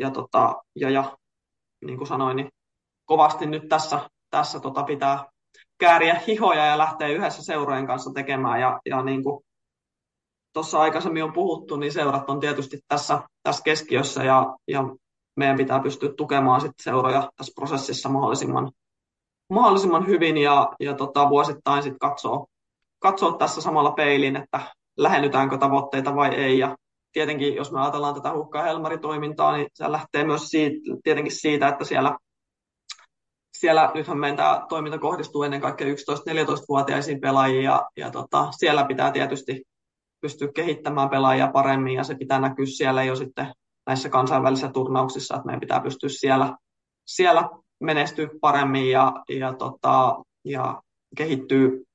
ja niin kuin sanoin, niin kovasti nyt tässä pitää kääriä hihoja ja lähteä yhdessä seurojen kanssa tekemään ja niin kuin tuossa aikaisemmin on puhuttu, niin seurat on tietysti tässä keskiössä ja meidän pitää pystyä tukemaan sitten seuroja tässä prosessissa mahdollisimman hyvin ja vuosittain sitten katsoa tässä samalla peilin, että lähennytäänkö tavoitteita vai ei. Ja tietenkin, jos me ajatellaan tätä Huhka- ja Helmari-toimintaa, niin se lähtee myös tietenkin siitä, että siellä nythän meidän tämä toiminta kohdistuu ennen kaikkea 11-14-vuotiaisiin pelaajiin ja siellä pitää tietysti pystyä kehittämään pelaajia paremmin ja se pitää näkyä siellä jo sitten näissä kansainvälisissä turnauksissa, että meidän pitää pystyä siellä menestyä paremmin ja kehittyy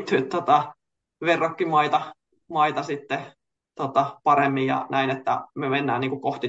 verrokkimaita sitten paremmin ja näin, että me mennään niin kuin kohti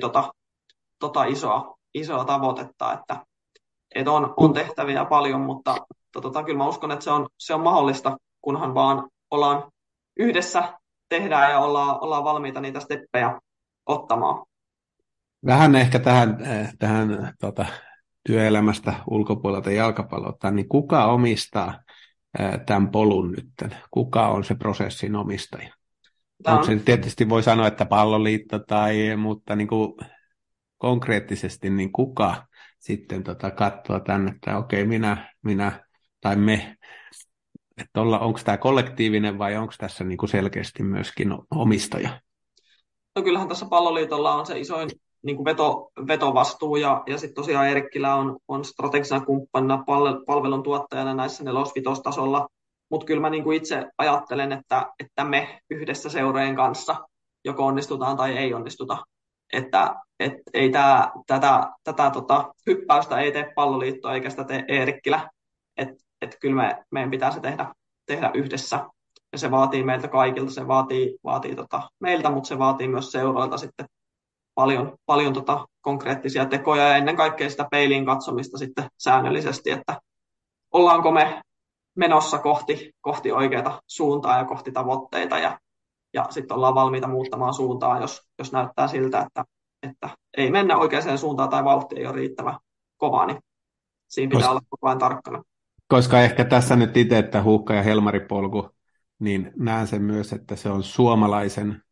isoa tavoitetta, että on tehtäviä paljon, mutta kyllä mä uskon, että se on mahdollista, kunhan vaan ollaan yhdessä, tehdään ja ollaan valmiita niitä steppejä ottamaan. Vähän ehkä tähän työelämästä ulkopuolelta jalkapallota, niin kuka omistaa tämän polun nyt? Kuka on se prosessin omistaja? Onko se tietysti voi sanoa, että palloliitto mutta niin kuin konkreettisesti, niin kuka sitten katsoo tänne, että okei, minä tai me, että onko tämä kollektiivinen vai onko tässä niin kuin selkeästi myöskin omistaja? No kyllähän tässä palloliitolla on se isoin niin kuin vetovastuu ja sitten tosiaan Eerikkilä on strategisena kumppanina palveluntuottajana näissä 4-5 tasolla, mutta kyllä mä niin kuin itse ajattelen, että me yhdessä seurojen kanssa joko onnistutaan tai ei onnistuta, että ei tätä hyppäystä ei tee palloliitto eikä sitä tee Eerikkilä, että kyllä meidän pitää se tehdä yhdessä. Ja se vaatii meiltä kaikilta, se vaatii meiltä, mutta se vaatii myös seuroilta sitten paljon konkreettisia tekoja ja ennen kaikkea sitä peiliin katsomista sitten säännöllisesti, että ollaanko me menossa kohti oikeaa suuntaa ja kohti tavoitteita ja sitten ollaan valmiita muuttamaan suuntaa, jos näyttää siltä, että ei mennä oikeaan suuntaan tai vauhti ei ole riittävän kova, niin siinä pitää olla koko ajan tarkkana. Koska ehkä tässä nyt itse, että Huhka- ja Helmari-polku, niin näen sen myös, että se on suomalaisen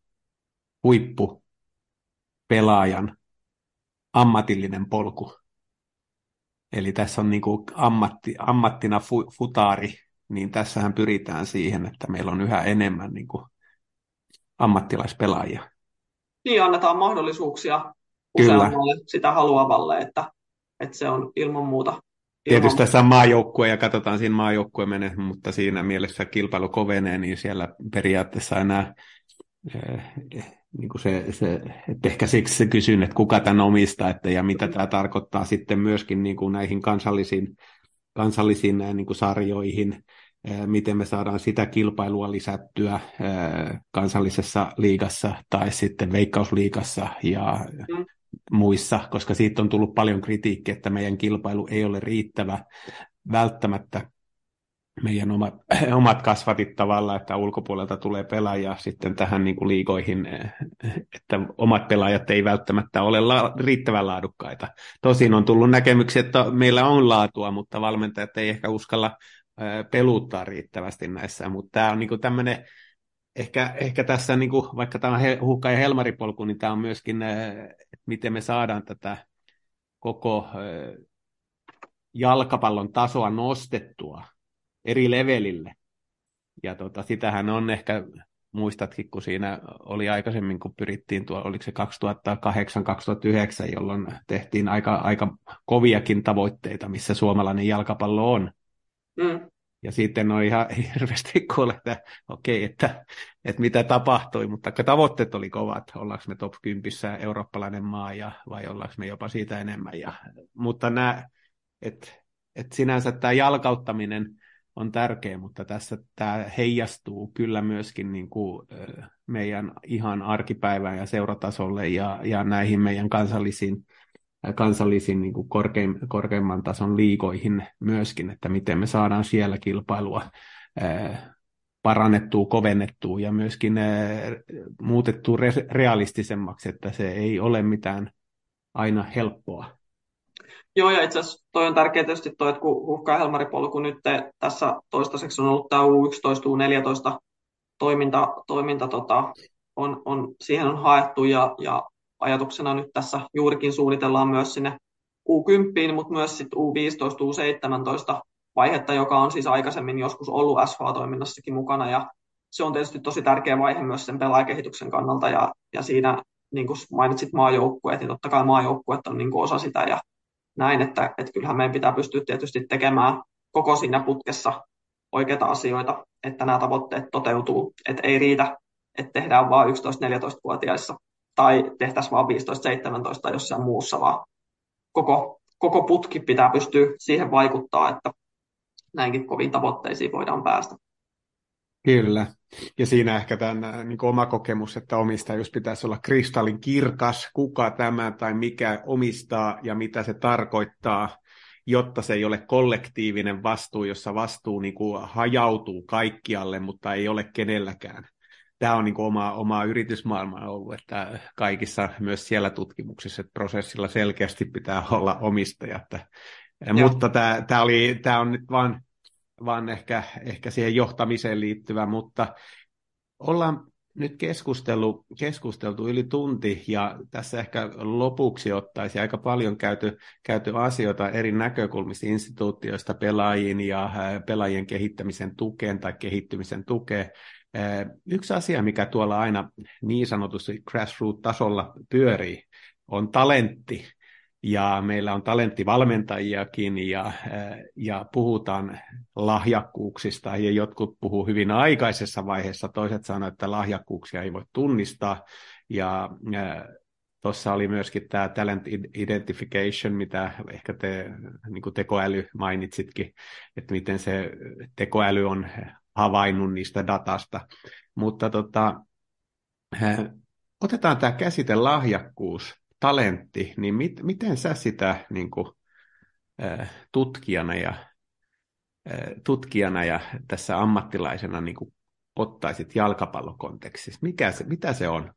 huippupelaajan ammatillinen polku. Eli tässä on niin kuin ammattina futaari, niin tässähän pyritään siihen, että meillä on yhä enemmän niin kuin ammattilaispelaajia. Niin, annetaan mahdollisuuksia useammalle sitä haluavalle, että se on ilman muuta. Tietysti tässä on maajoukkue ja katsotaan siinä maajoukkue menee, mutta siinä mielessä kilpailu kovenee, niin siellä periaatteessa enää niin kuin että ehkä siksi kysyn, että kuka tämän omistaa ja mitä tämä tarkoittaa sitten myöskin niin kuin näihin kansallisiin kansallisiin niin kuin sarjoihin, miten me saadaan sitä kilpailua lisättyä kansallisessa liigassa tai sitten Veikkausliigassa ja Mm. muissa, koska siitä on tullut paljon kritiikkiä, että meidän kilpailu ei ole riittävä välttämättä meidän omat kasvatit tavallaan, että ulkopuolelta tulee pelaajia sitten tähän niin kuin liigoihin, että omat pelaajat ei välttämättä ole riittävän laadukkaita. Tosin on tullut näkemyksiä, että meillä on laatua, mutta valmentajat ei ehkä uskalla peluuttaa riittävästi näissä, mutta tämä on niin kuin tämmöinen, ehkä tässä, niin kuin, vaikka tämä on Huhka- ja Helmaripolku, niin tämä on myöskin, miten me saadaan tätä koko jalkapallon tasoa nostettua eri levelille. Ja sitähän on ehkä, muistatkin, kun siinä oli aikaisemmin, kun pyrittiin oliko se 2008-2009, jolloin tehtiin aika koviakin tavoitteita, missä suomalainen jalkapallo on. Mm. Ja sitten on ihan hirveästi kuulla, että okei, että mitä tapahtui, mutta tavoitteet oli kovat. Ollaanko me top 10 eurooppalainen maa vai ollaanko me jopa siitä enemmän. Mutta että sinänsä tämä jalkauttaminen on tärkeä, mutta tässä tämä heijastuu kyllä myöskin niin kuin meidän ihan arkipäivään ja seuratasolle ja näihin meidän kansallisiin niin kuin korkeimman tason liigoihin myöskin, että miten me saadaan siellä kilpailua parannettua, kovennettua ja myöskin muutettua realistisemmaksi, että se ei ole mitään aina helppoa. Joo, ja itse asiassa toi on tärkeää tietysti toi, että kun Huhka- ja Helmaripolku nyt tässä toistaiseksi on ollut tämä U11, U14 toiminta siihen on haettu ja ajatuksena nyt tässä juurikin suunnitellaan myös sinne U10, mutta myös sitten U15, U17 vaihetta, joka on siis aikaisemmin joskus ollut SV-toiminnassakin mukana ja se on tietysti tosi tärkeä vaihe myös sen pelaajakehityksen kannalta ja siinä niin kuin mainitsit maajoukkueet, niin totta kai maajoukkueet on niin kuin osa sitä ja näin, että kyllähän meidän pitää pystyä tietysti tekemään koko siinä putkessa oikeita asioita, että nämä tavoitteet toteutuu. Että ei riitä, että tehdään vain 11-14-vuotiaissa tai tehtäisiin vain 15-17 tai jossain muussa, vaan koko putki pitää pystyä siihen vaikuttaa, että näinkin koviin tavoitteisiin voidaan päästä. Kyllä. Ja siinä ehkä tämän niin oma kokemus, että omistajuus pitäisi olla kristallin kirkas, kuka tämä tai mikä omistaa ja mitä se tarkoittaa, jotta se ei ole kollektiivinen vastuu, jossa vastuu niin kuin hajautuu kaikkialle, mutta ei ole kenelläkään. Tämä on niin kuin oma yritysmaailma ollut, että kaikissa myös siellä tutkimuksissa, että prosessilla selkeästi pitää olla omistajat. Mutta tämä on nyt vaan ehkä siihen johtamiseen liittyvä, mutta ollaan nyt keskusteltu yli tunti, ja tässä ehkä lopuksi ottaisi aika paljon käyty asioita eri näkökulmista instituutioista pelaajiin ja pelaajien kehittämisen tukeen tai kehittymisen tukeen. Yksi asia, mikä tuolla aina niin sanotusti grassroot-tasolla pyörii, on talentti. Ja meillä on talenttivalmentajiakin ja puhutaan lahjakkuuksista ja jotkut puhuu hyvin aikaisessa vaiheessa, toiset sanoo, että lahjakkuuksia ei voi tunnistaa ja tuossa oli myöskin tämä talent identification, mitä ehkä niin kuin tekoäly mainitsitkin, että miten se tekoäly on havainnut niistä datasta, mutta otetaan tämä käsite lahjakkuus, talentti, niin miten sä sitä niin kuin, tutkijana ja tässä ammattilaisena niin kuin, ottaisit jalkapallokontekstissa? Mitä se on?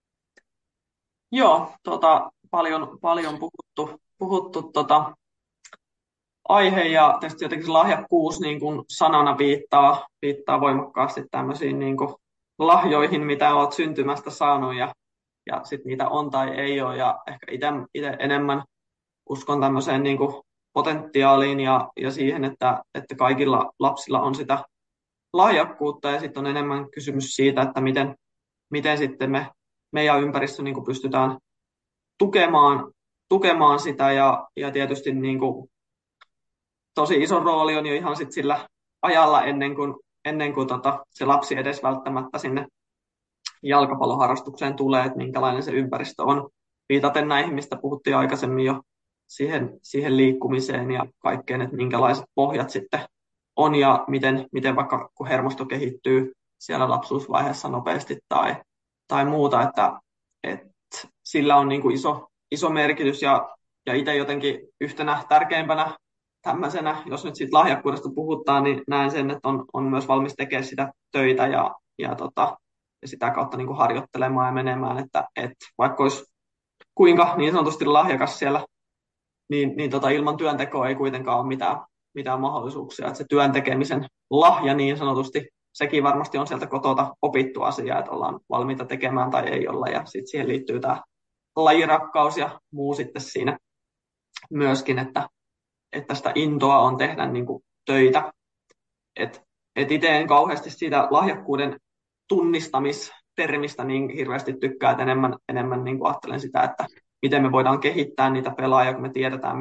Joo, paljon puhuttu aihe ja tietysti jotenkin lahjakkuus niin kuin sanana viittaa voimakkaasti tämmöisiin niin kuin lahjoihin, mitä olet syntymästä saanut ja sitten niitä on tai ei ole ja ehkä itse enemmän uskon tämmöiseen niin kuin potentiaaliin ja siihen, että kaikilla lapsilla on sitä lahjakkuutta ja sitten on enemmän kysymys siitä, että miten sitten meidän ympäristö niin kuin pystytään tukemaan sitä ja tietysti niin kuin tosi iso rooli on jo ihan sit sillä ajalla ennen kuin se lapsi edes välttämättä sinne jalkapalloharrastukseen tulee, että minkälainen se ympäristö on. Viitaten näihin, mistä puhuttiin aikaisemmin jo siihen liikkumiseen ja kaikkeen, että minkälaiset pohjat sitten on ja miten vaikka kun hermosto kehittyy siellä lapsuusvaiheessa nopeasti tai muuta, että sillä on niin kuin iso merkitys ja itse jotenkin yhtenä tärkeimpänä tämmöisenä, jos nyt siitä lahjakkuudesta puhutaan, niin näen sen, että on myös valmis tekemään sitä töitä ja sitä kautta niin kuin harjoittelemaan ja menemään, että vaikka olisi kuinka niin sanotusti lahjakas siellä, niin ilman työntekoa ei kuitenkaan ole mitään mahdollisuuksia. Että se työn tekemisen lahja niin sanotusti, sekin varmasti on sieltä kotota opittu asia, että ollaan valmiita tekemään tai ei olla. Ja sitten siihen liittyy tämä lajirakkaus ja muu sitten siinä myöskin, että sitä intoa on tehdä niin kuin töitä. Et itse en kauheasti siitä lahjakkuuden tunnistamistermistä niin hirveästi tykkää, että enemmän niin kuin ajattelen sitä, että miten me voidaan kehittää niitä pelaajia, kun me tiedetään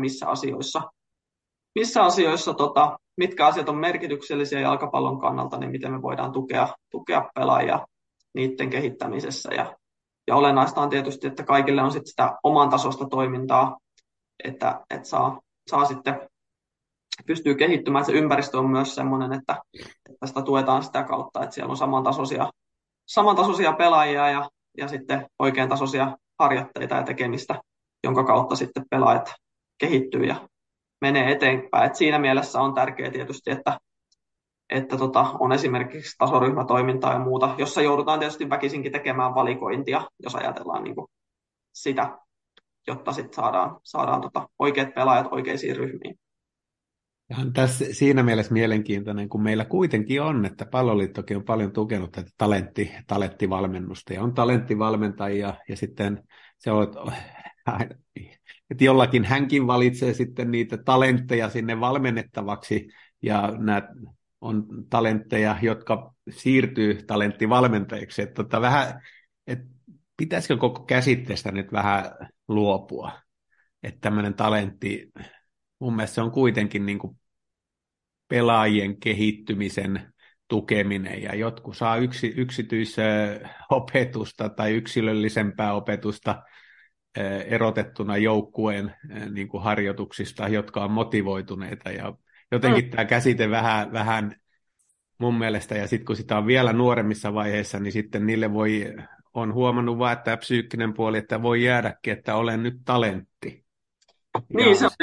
mitkä asiat on merkityksellisiä jalkapallon kannalta, niin miten me voidaan tukea pelaajia niiden kehittämisessä. Ja olennaista on tietysti, että kaikille on sit sitä oman tasosta toimintaa, että saa sitten pystyy kehittymään. Se ympäristö on myös sellainen, että sitä tuetaan sitä kautta, että siellä on samantasoisia pelaajia ja sitten oikean tasoisia harjoitteita ja tekemistä, jonka kautta sitten pelaajat kehittyy ja menee eteenpäin. Et siinä mielessä on tärkeää tietysti, että on esimerkiksi tasoryhmätoimintaa ja muuta, jossa joudutaan tietysti väkisinkin tekemään valikointia, jos ajatellaan niin kuin sitä, jotta sitten saadaan oikeat pelaajat oikeisiin ryhmiin. Ja on tässä siinä mielessä mielenkiintoinen, kun meillä kuitenkin on, että Palloliittokin on paljon tukenut tätä talenttivalmennusta, ja on talenttivalmentajia, ja sitten se on, että jollakin hänkin valitsee sitten niitä talentteja sinne valmennettavaksi, ja nämä on talentteja, jotka siirtyy talenttivalmentajiksi, että että pitäisikö koko käsitteestä nyt vähän luopua, että tämmöinen talentti, mun mielestä se on kuitenkin niin kuin pelaajien kehittymisen tukeminen, ja jotkut saa yksityisopetusta tai yksilöllisempää opetusta erotettuna joukkueen niin kuin harjoituksista, jotka on motivoituneita, ja jotenkin tämä käsite vähän mun mielestä, ja sitten kun sitä on vielä nuoremmissa vaiheissa, niin sitten niille on huomannut vaan, että tämä psyykkinen puoli, että voi jäädäkin, että olen nyt talentti. Niin, se on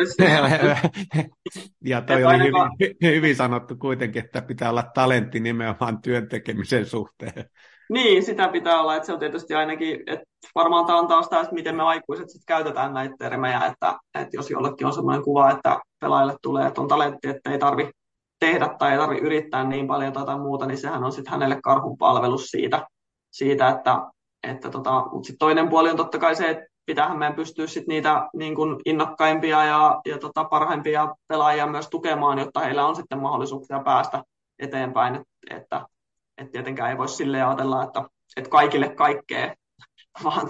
ja toi oli hyvin sanottu kuitenkin, että pitää olla talentti nimenomaan työn tekemisen suhteen. Niin, sitä pitää olla, että se on tietysti ainakin, että varmaan tämä on taas tämä, että miten me aikuiset sitten käytetään näitä termejä, että jos jollekin on sellainen kuva, että pelaajalle tulee, että on talentti, että ei tarvitse tehdä tai ei tarvitse yrittää niin paljon tai muuta, niin sehän on sitten hänelle karhun palvelus siitä mutta sitten toinen puoli on totta kai se, että pitäähän meidän pystyä sit niitä niin kuin innokkaimpia ja parhaimpia pelaajia myös tukemaan, jotta heillä on sitten mahdollisuuksia päästä eteenpäin, että tietenkään ei voi silleen ajatella, että kaikille kaikkea, vaan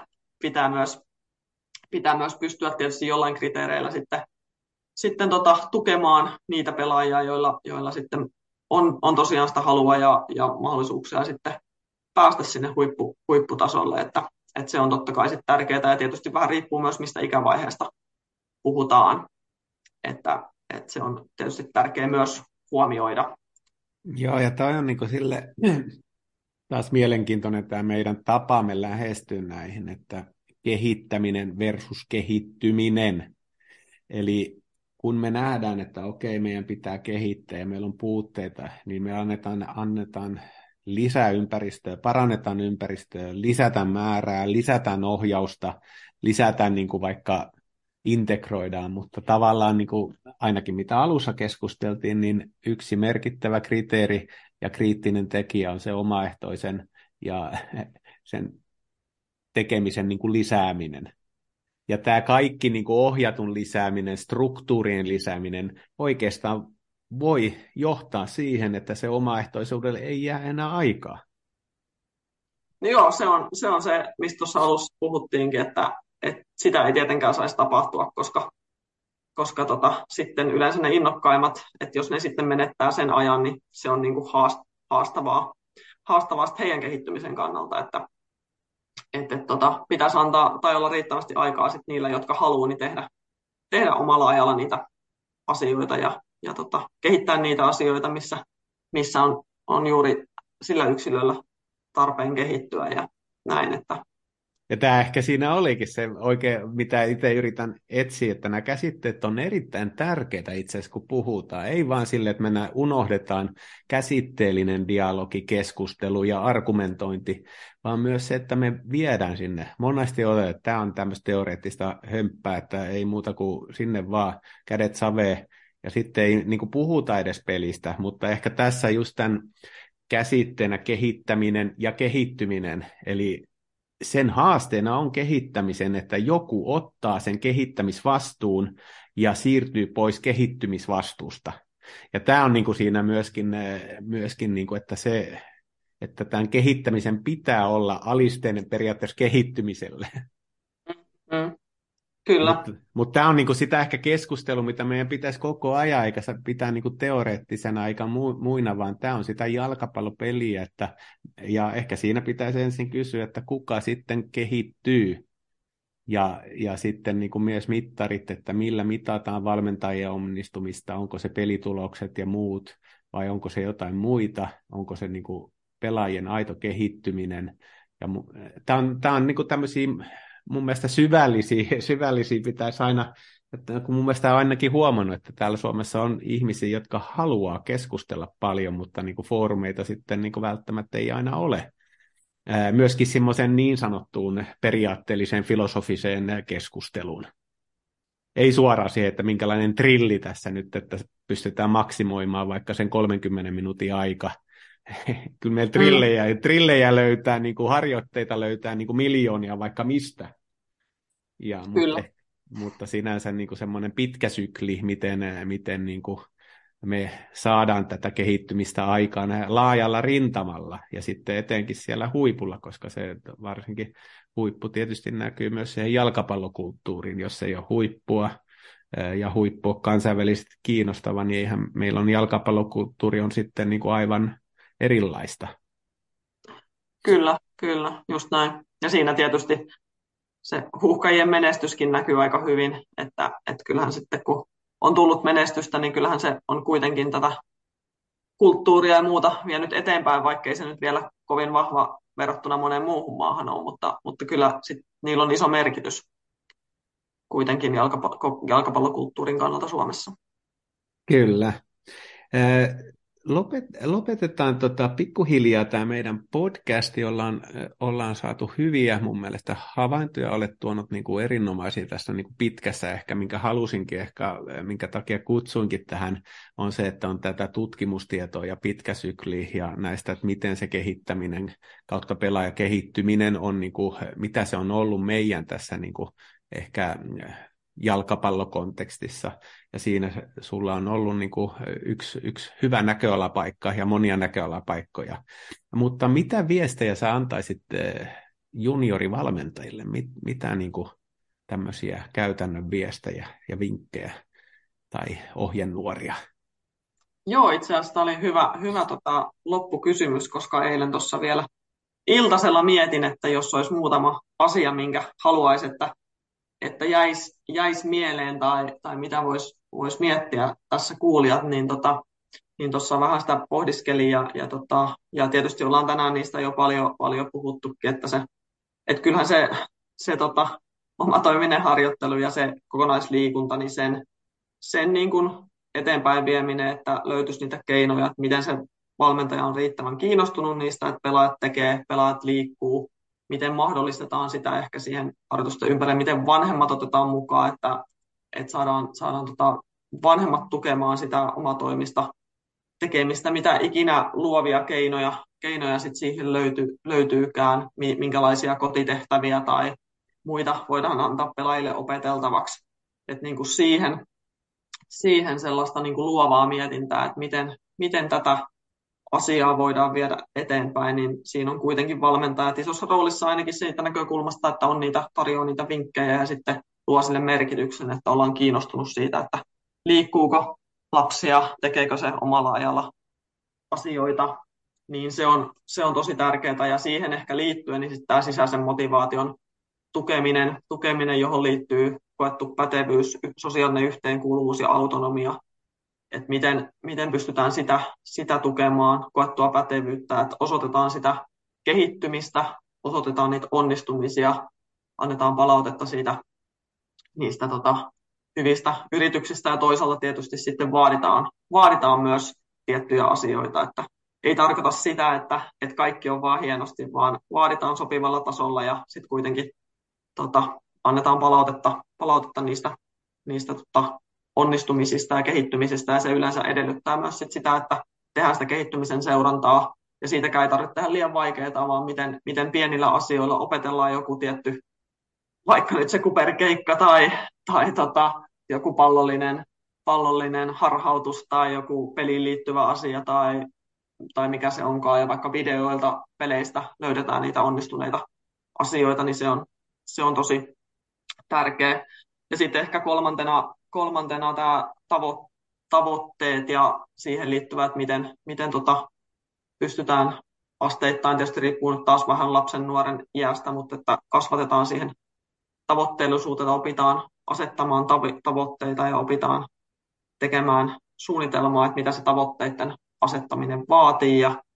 pitää myös pystyä tietysti jollain kriteereillä sitten tukemaan niitä pelaajia, joilla sitten on tosiaan sitä halua ja mahdollisuuksia sitten päästä sinne huipputasolle, että se on totta kai sitten tärkeää ja tietysti vähän riippuu myös mistä ikävaiheesta puhutaan, että se on tietysti tärkeää myös huomioida. Joo, ja toi on niin sille taas mielenkiintoinen tämä meidän tapamme lähestyä näihin, että kehittäminen versus kehittyminen. Eli kun me nähdään, että okei, meidän pitää kehittää ja meillä on puutteita, niin me annetaan lisää ympäristöä, parannetaan ympäristöä, lisätään määrää, lisätään ohjausta, lisätään niin kuin vaikka integroidaan, mutta tavallaan niin kuin ainakin mitä alussa keskusteltiin, niin yksi merkittävä kriteeri ja kriittinen tekijä on se omaehtoisen ja sen tekemisen niin kuin lisääminen. Ja tämä kaikki niin kuin ohjatun lisääminen, struktuurien lisääminen oikeastaan voi johtaa siihen, että se omaehtoisuudelle ei jää enää aikaa. No joo, se on se, mistä tuossa alussa puhuttiinkin, että sitä ei tietenkään saisi tapahtua, koska sitten yleensä ne innokkaimmat, että jos ne sitten menettää sen ajan, niin se on niin kuin haastavaa heidän kehittymisen kannalta, että pitäisi antaa tai olla riittävästi aikaa sit niillä, jotka haluaa, niin tehdä omalla ajalla niitä asioita ja kehittää niitä asioita, missä on juuri sillä yksilöllä tarpeen kehittyä ja näin. Että. Ja tämä ehkä siinä olikin se oikein, mitä itse yritän etsiä, että nämä käsitteet on erittäin tärkeitä itse asiassa, kun puhutaan. Ei vaan sille, että me unohdetaan käsitteellinen dialogi, keskustelu ja argumentointi, vaan myös se, että me viedään sinne. Monesti on, että tämä on tämmöistä teoreettista hömppää, että ei muuta kuin sinne vaan kädet savee, ja sitten ei niin kuin puhuta edes pelistä, mutta ehkä tässä just tämän käsitteenä kehittäminen ja kehittyminen, eli sen haasteena on kehittämisen, että joku ottaa sen kehittämisvastuun ja siirtyy pois kehittymisvastuusta. Ja tämä on niin kuin siinä myöskin niin kuin, että tämän kehittämisen pitää olla alisteinen periaatteessa kehittymiselle. Mm, kyllä. Mutta tämä on niinku sitä ehkä keskustelua, mitä meidän pitäisi koko ajan, eikä se pitää niinku teoreettisena eikä muina, vaan tämä on sitä jalkapallopeliä. Ja ehkä siinä pitäisi ensin kysyä, että kuka sitten kehittyy. Ja sitten niinku myös mittarit, että millä mitataan valmentajien onnistumista, onko se pelitulokset ja muut, vai onko se jotain muita, onko se niinku pelaajien aito kehittyminen. Tämä on niinku tämmöisiä mun mielestä syvällisiä pitäisi aina, että kun mun mielestä olen ainakin huomannut, että täällä Suomessa on ihmisiä, jotka haluaa keskustella paljon, mutta niin kuin foorumeita sitten niin kuin välttämättä ei aina ole. Myöskin semmoisen niin sanottuun periaatteelliseen filosofiseen keskusteluun. Ei suoraan siihen, että minkälainen trilli tässä nyt, että pystytään maksimoimaan vaikka sen 30 minuutin aika. Kyllä meillä trillejä löytää, niin kuin harjoitteita löytää niin kuin miljoonia vaikka mistä. Mutta sinänsä niin kuin semmoinen pitkä sykli, miten niin kuin me saadaan tätä kehittymistä aikaan laajalla rintamalla ja sitten etenkin siellä huipulla, koska se varsinkin huippu tietysti näkyy myös siihen jalkapallokulttuuriin, jos ei ole huippua ja huippu kansainvälisesti kiinnostava, niin eihän meillä on jalkapallokulttuuri on sitten niin kuin aivan erilaista. Kyllä, just näin. Ja siinä tietysti se Huuhkajien menestyskin näkyy aika hyvin, että kyllähän sitten kun on tullut menestystä, niin kyllähän se on kuitenkin tätä kulttuuria ja muuta vienyt eteenpäin, vaikkei se nyt vielä kovin vahva verrattuna moneen muuhun maahan ole, mutta kyllä sit niillä on iso merkitys kuitenkin jalkapallokulttuurin kannalta Suomessa. Kyllä. Lopetetaan pikkuhiljaa tämä meidän podcast, jolla ollaan saatu hyviä mun mielestä havaintoja, olet tuonut niin kuin erinomaisia tässä niin kuin pitkässä ehkä, minkä halusinkin ehkä, minkä takia kutsuinkin tähän, on se, että on tätä tutkimustietoa ja pitkä sykli ja näistä, että miten se kehittäminen kautta pelaaja kehittyminen on, niin kuin, mitä se on ollut meidän tässä niin kuin ehkä jalkapallokontekstissa, ja siinä sulla on ollut niin kuin yksi hyvä näköalapaikka ja monia näköalapaikkoja. Mutta mitä viestejä sä antaisit juniorivalmentajille? Mitä niin kuin tämmöisiä käytännön viestejä ja vinkkejä tai ohjenuoria? Joo, itse asiassa tämä oli hyvä loppukysymys, koska eilen tuossa vielä iltasella mietin, että jos olisi muutama asia, minkä haluaisi, että jäisi mieleen tai mitä vois miettiä tässä kuulijat, niin tuossa vähän sitä pohdiskelin ja tietysti ollaan tänään niistä jo paljon puhuttukin, että kyllähän se omatoiminen harjoittelu ja se kokonaisliikunta, niin sen niin kuin eteenpäin vieminen, että löytyisi niitä keinoja, että miten se valmentaja on riittävän kiinnostunut niistä, että pelaajat tekee, pelaajat liikkuu, miten mahdollistetaan sitä ehkä siihen harjoitusten ympärille, miten vanhemmat otetaan mukaan, että saadaan vanhemmat tukemaan sitä omatoimista tekemistä, mitä ikinä luovia keinoja sit siihen löytyykään, minkälaisia kotitehtäviä tai muita voidaan antaa pelaajille opeteltavaksi. Että niin kuin siihen sellaista niin kuin luovaa mietintää, että miten tätä asiaa voidaan viedä eteenpäin, niin siinä on kuitenkin valmentajat isossa roolissa ainakin siitä näkökulmasta, että tarjoaa niitä vinkkejä ja sitten luo sille merkityksen, että ollaan kiinnostunut siitä, että liikkuuko lapsia, tekeekö se omalla ajalla asioita, niin se on tosi tärkeää ja siihen ehkä liittyen niin sitten tämä sisäisen motivaation tukeminen, johon liittyy koettu pätevyys, sosiaalinen yhteenkuuluvuus ja autonomia, että miten pystytään sitä tukemaan, koettua pätevyyttä, että osoitetaan sitä kehittymistä, osoitetaan niitä onnistumisia, annetaan palautetta niistä hyvistä yrityksistä ja toisaalta tietysti sitten vaaditaan myös tiettyjä asioita, että ei tarkoita sitä, että kaikki on vaan hienosti, vaan vaaditaan sopivalla tasolla ja sitten kuitenkin annetaan palautetta niistä onnistumisista ja kehittymisistä ja se yleensä edellyttää myös sitä, että tehdään sitä kehittymisen seurantaa ja siitäkään ei tarvitse tehdä liian vaikeaa, vaan miten pienillä asioilla opetellaan joku tietty, vaikka nyt se kuperkeikka tai joku pallollinen harhautus tai joku peliin liittyvä asia tai mikä se onkaan, ja vaikka videoilta peleistä löydetään niitä onnistuneita asioita, niin se on tosi tärkeä. Ja sitten ehkä kolmantena tämä tavoitteet ja siihen liittyvät, miten pystytään asteittain, tietysti riippuu nyt taas vähän lapsen nuoren iästä, mutta että kasvatetaan siihen tavoitteellisuuteen, opitaan asettamaan tavoitteita ja opitaan tekemään suunnitelmaa, että mitä se tavoitteiden asettaminen vaatii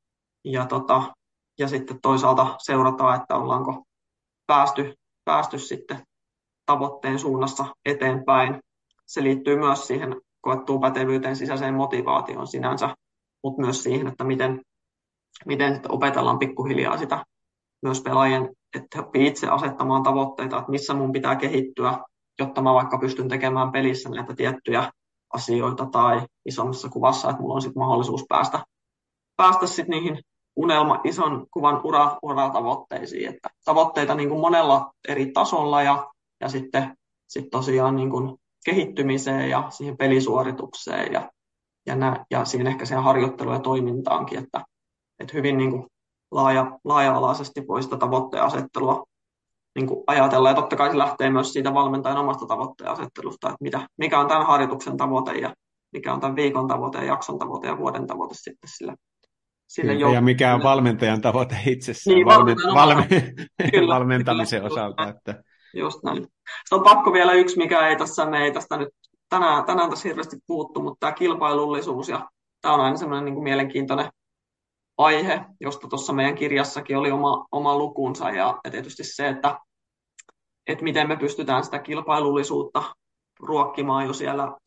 ja sitten toisaalta seurataan, että ollaanko päästy sitten tavoitteen suunnassa eteenpäin. Se liittyy myös siihen koettuun pätevyyteen, sisäiseen motivaatioon sinänsä, mutta myös siihen, että miten sitten opetellaan pikkuhiljaa sitä myös pelaajien, että he oppii itse asettamaan tavoitteita, että missä mun pitää kehittyä, jotta mä vaikka pystyn tekemään pelissä näitä tiettyjä asioita tai isommassa kuvassa, että mulla on sitten mahdollisuus päästä sitten niihin ison kuvan uratavoitteisiin, että tavoitteita niin kuin monella eri tasolla ja sitten tosiaan niin kuin kehittymiseen ja siihen pelisuoritukseen ja siihen ehkä siihen harjoitteluun ja toimintaankin, että hyvin niin kuin laaja-alaisesti voi sitä tavoitteen asettelua niin kuin ajatella. Ja totta kai se lähtee myös siitä valmentajan omasta tavoitteen asettelusta, että mikä on tämän harjoituksen tavoite ja mikä on tämän viikon tavoite ja jakson tavoite ja vuoden tavoite sitten sille ja mikä on valmentajan tavoite itsessään niin, valmentamisen osalta. Että. Just näin. Sitten on pakko vielä yksi, mikä me ei tästä nyt tänään tässä hirveästi puhuttu, mutta tämä kilpailullisuus, ja tämä on aina semmoinen niin kuin mielenkiintoinen aihe, josta tuossa meidän kirjassakin oli oma lukunsa, ja tietysti se, että miten me pystytään sitä kilpailullisuutta ruokkimaan jo siellä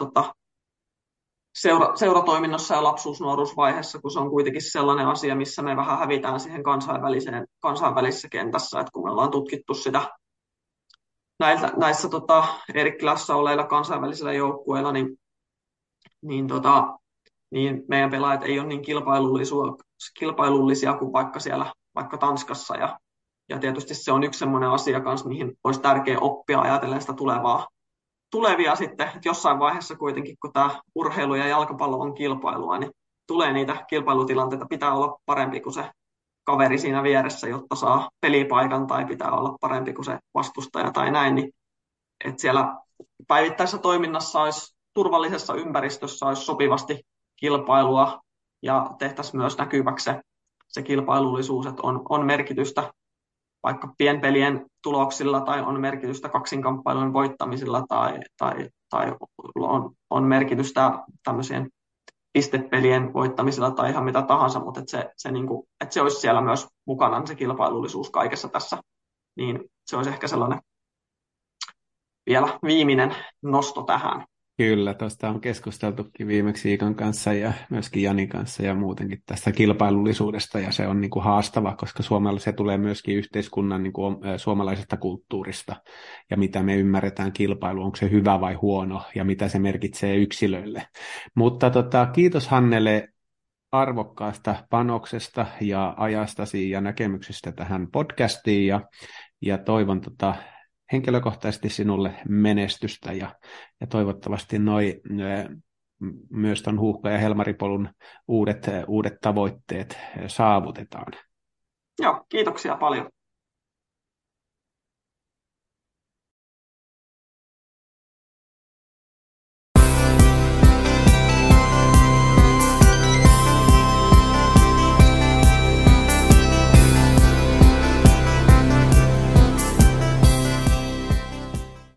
seuratoiminnassa ja lapsuus-nuoruusvaiheessa, kun se on kuitenkin sellainen asia, missä me vähän hävitään siihen kansainvälisessä kentässä, että kun me ollaan tutkittu sitä näissä Eerikkilässä oleilla kansainvälisillä joukkueilla, niin meidän pelaajat ei ole niin kilpailullisia kuin vaikka Tanskassa. Ja tietysti se on yksi sellainen asia kanssa, mihin olisi tärkeää oppia ajatellen sitä tulevia sitten, että jossain vaiheessa kuitenkin, kun tämä urheilu ja jalkapallo on kilpailua, niin tulee niitä kilpailutilanteita, pitää olla parempi kuin se kaveri siinä vieressä, jotta saa pelipaikan, tai pitää olla parempi kuin se vastustaja tai näin, niin että siellä päivittäisessä toiminnassa olisi turvallisessa ympäristössä olisi sopivasti kilpailua ja tehtäisiin myös näkyväksi se kilpailullisuus, että on merkitystä vaikka pienpelien tuloksilla tai on merkitystä kaksinkamppailujen voittamisilla tai on merkitystä tämmöisien pistepelien voittamisilla tai ihan mitä tahansa, mutta että se olisi siellä myös mukana se kilpailullisuus kaikessa tässä, niin se olisi ehkä sellainen vielä viimeinen nosto tähän. Kyllä, tuosta on keskusteltukin viimeksi Iikan kanssa ja myöskin Janin kanssa ja muutenkin tästä kilpailullisuudesta, ja se on niin kuin haastava, koska se tulee myöskin yhteiskunnan niin kuin suomalaisesta kulttuurista ja mitä me ymmärretään kilpailu, onko se hyvä vai huono ja mitä se merkitsee yksilöille. Mutta kiitos Hannele arvokkaasta panoksesta ja ajastasi ja näkemyksestä tähän podcastiin ja toivon henkilökohtaisesti sinulle menestystä ja toivottavasti myös tuon Huuhka- ja Helmaripolun uudet tavoitteet saavutetaan. Joo, kiitoksia paljon.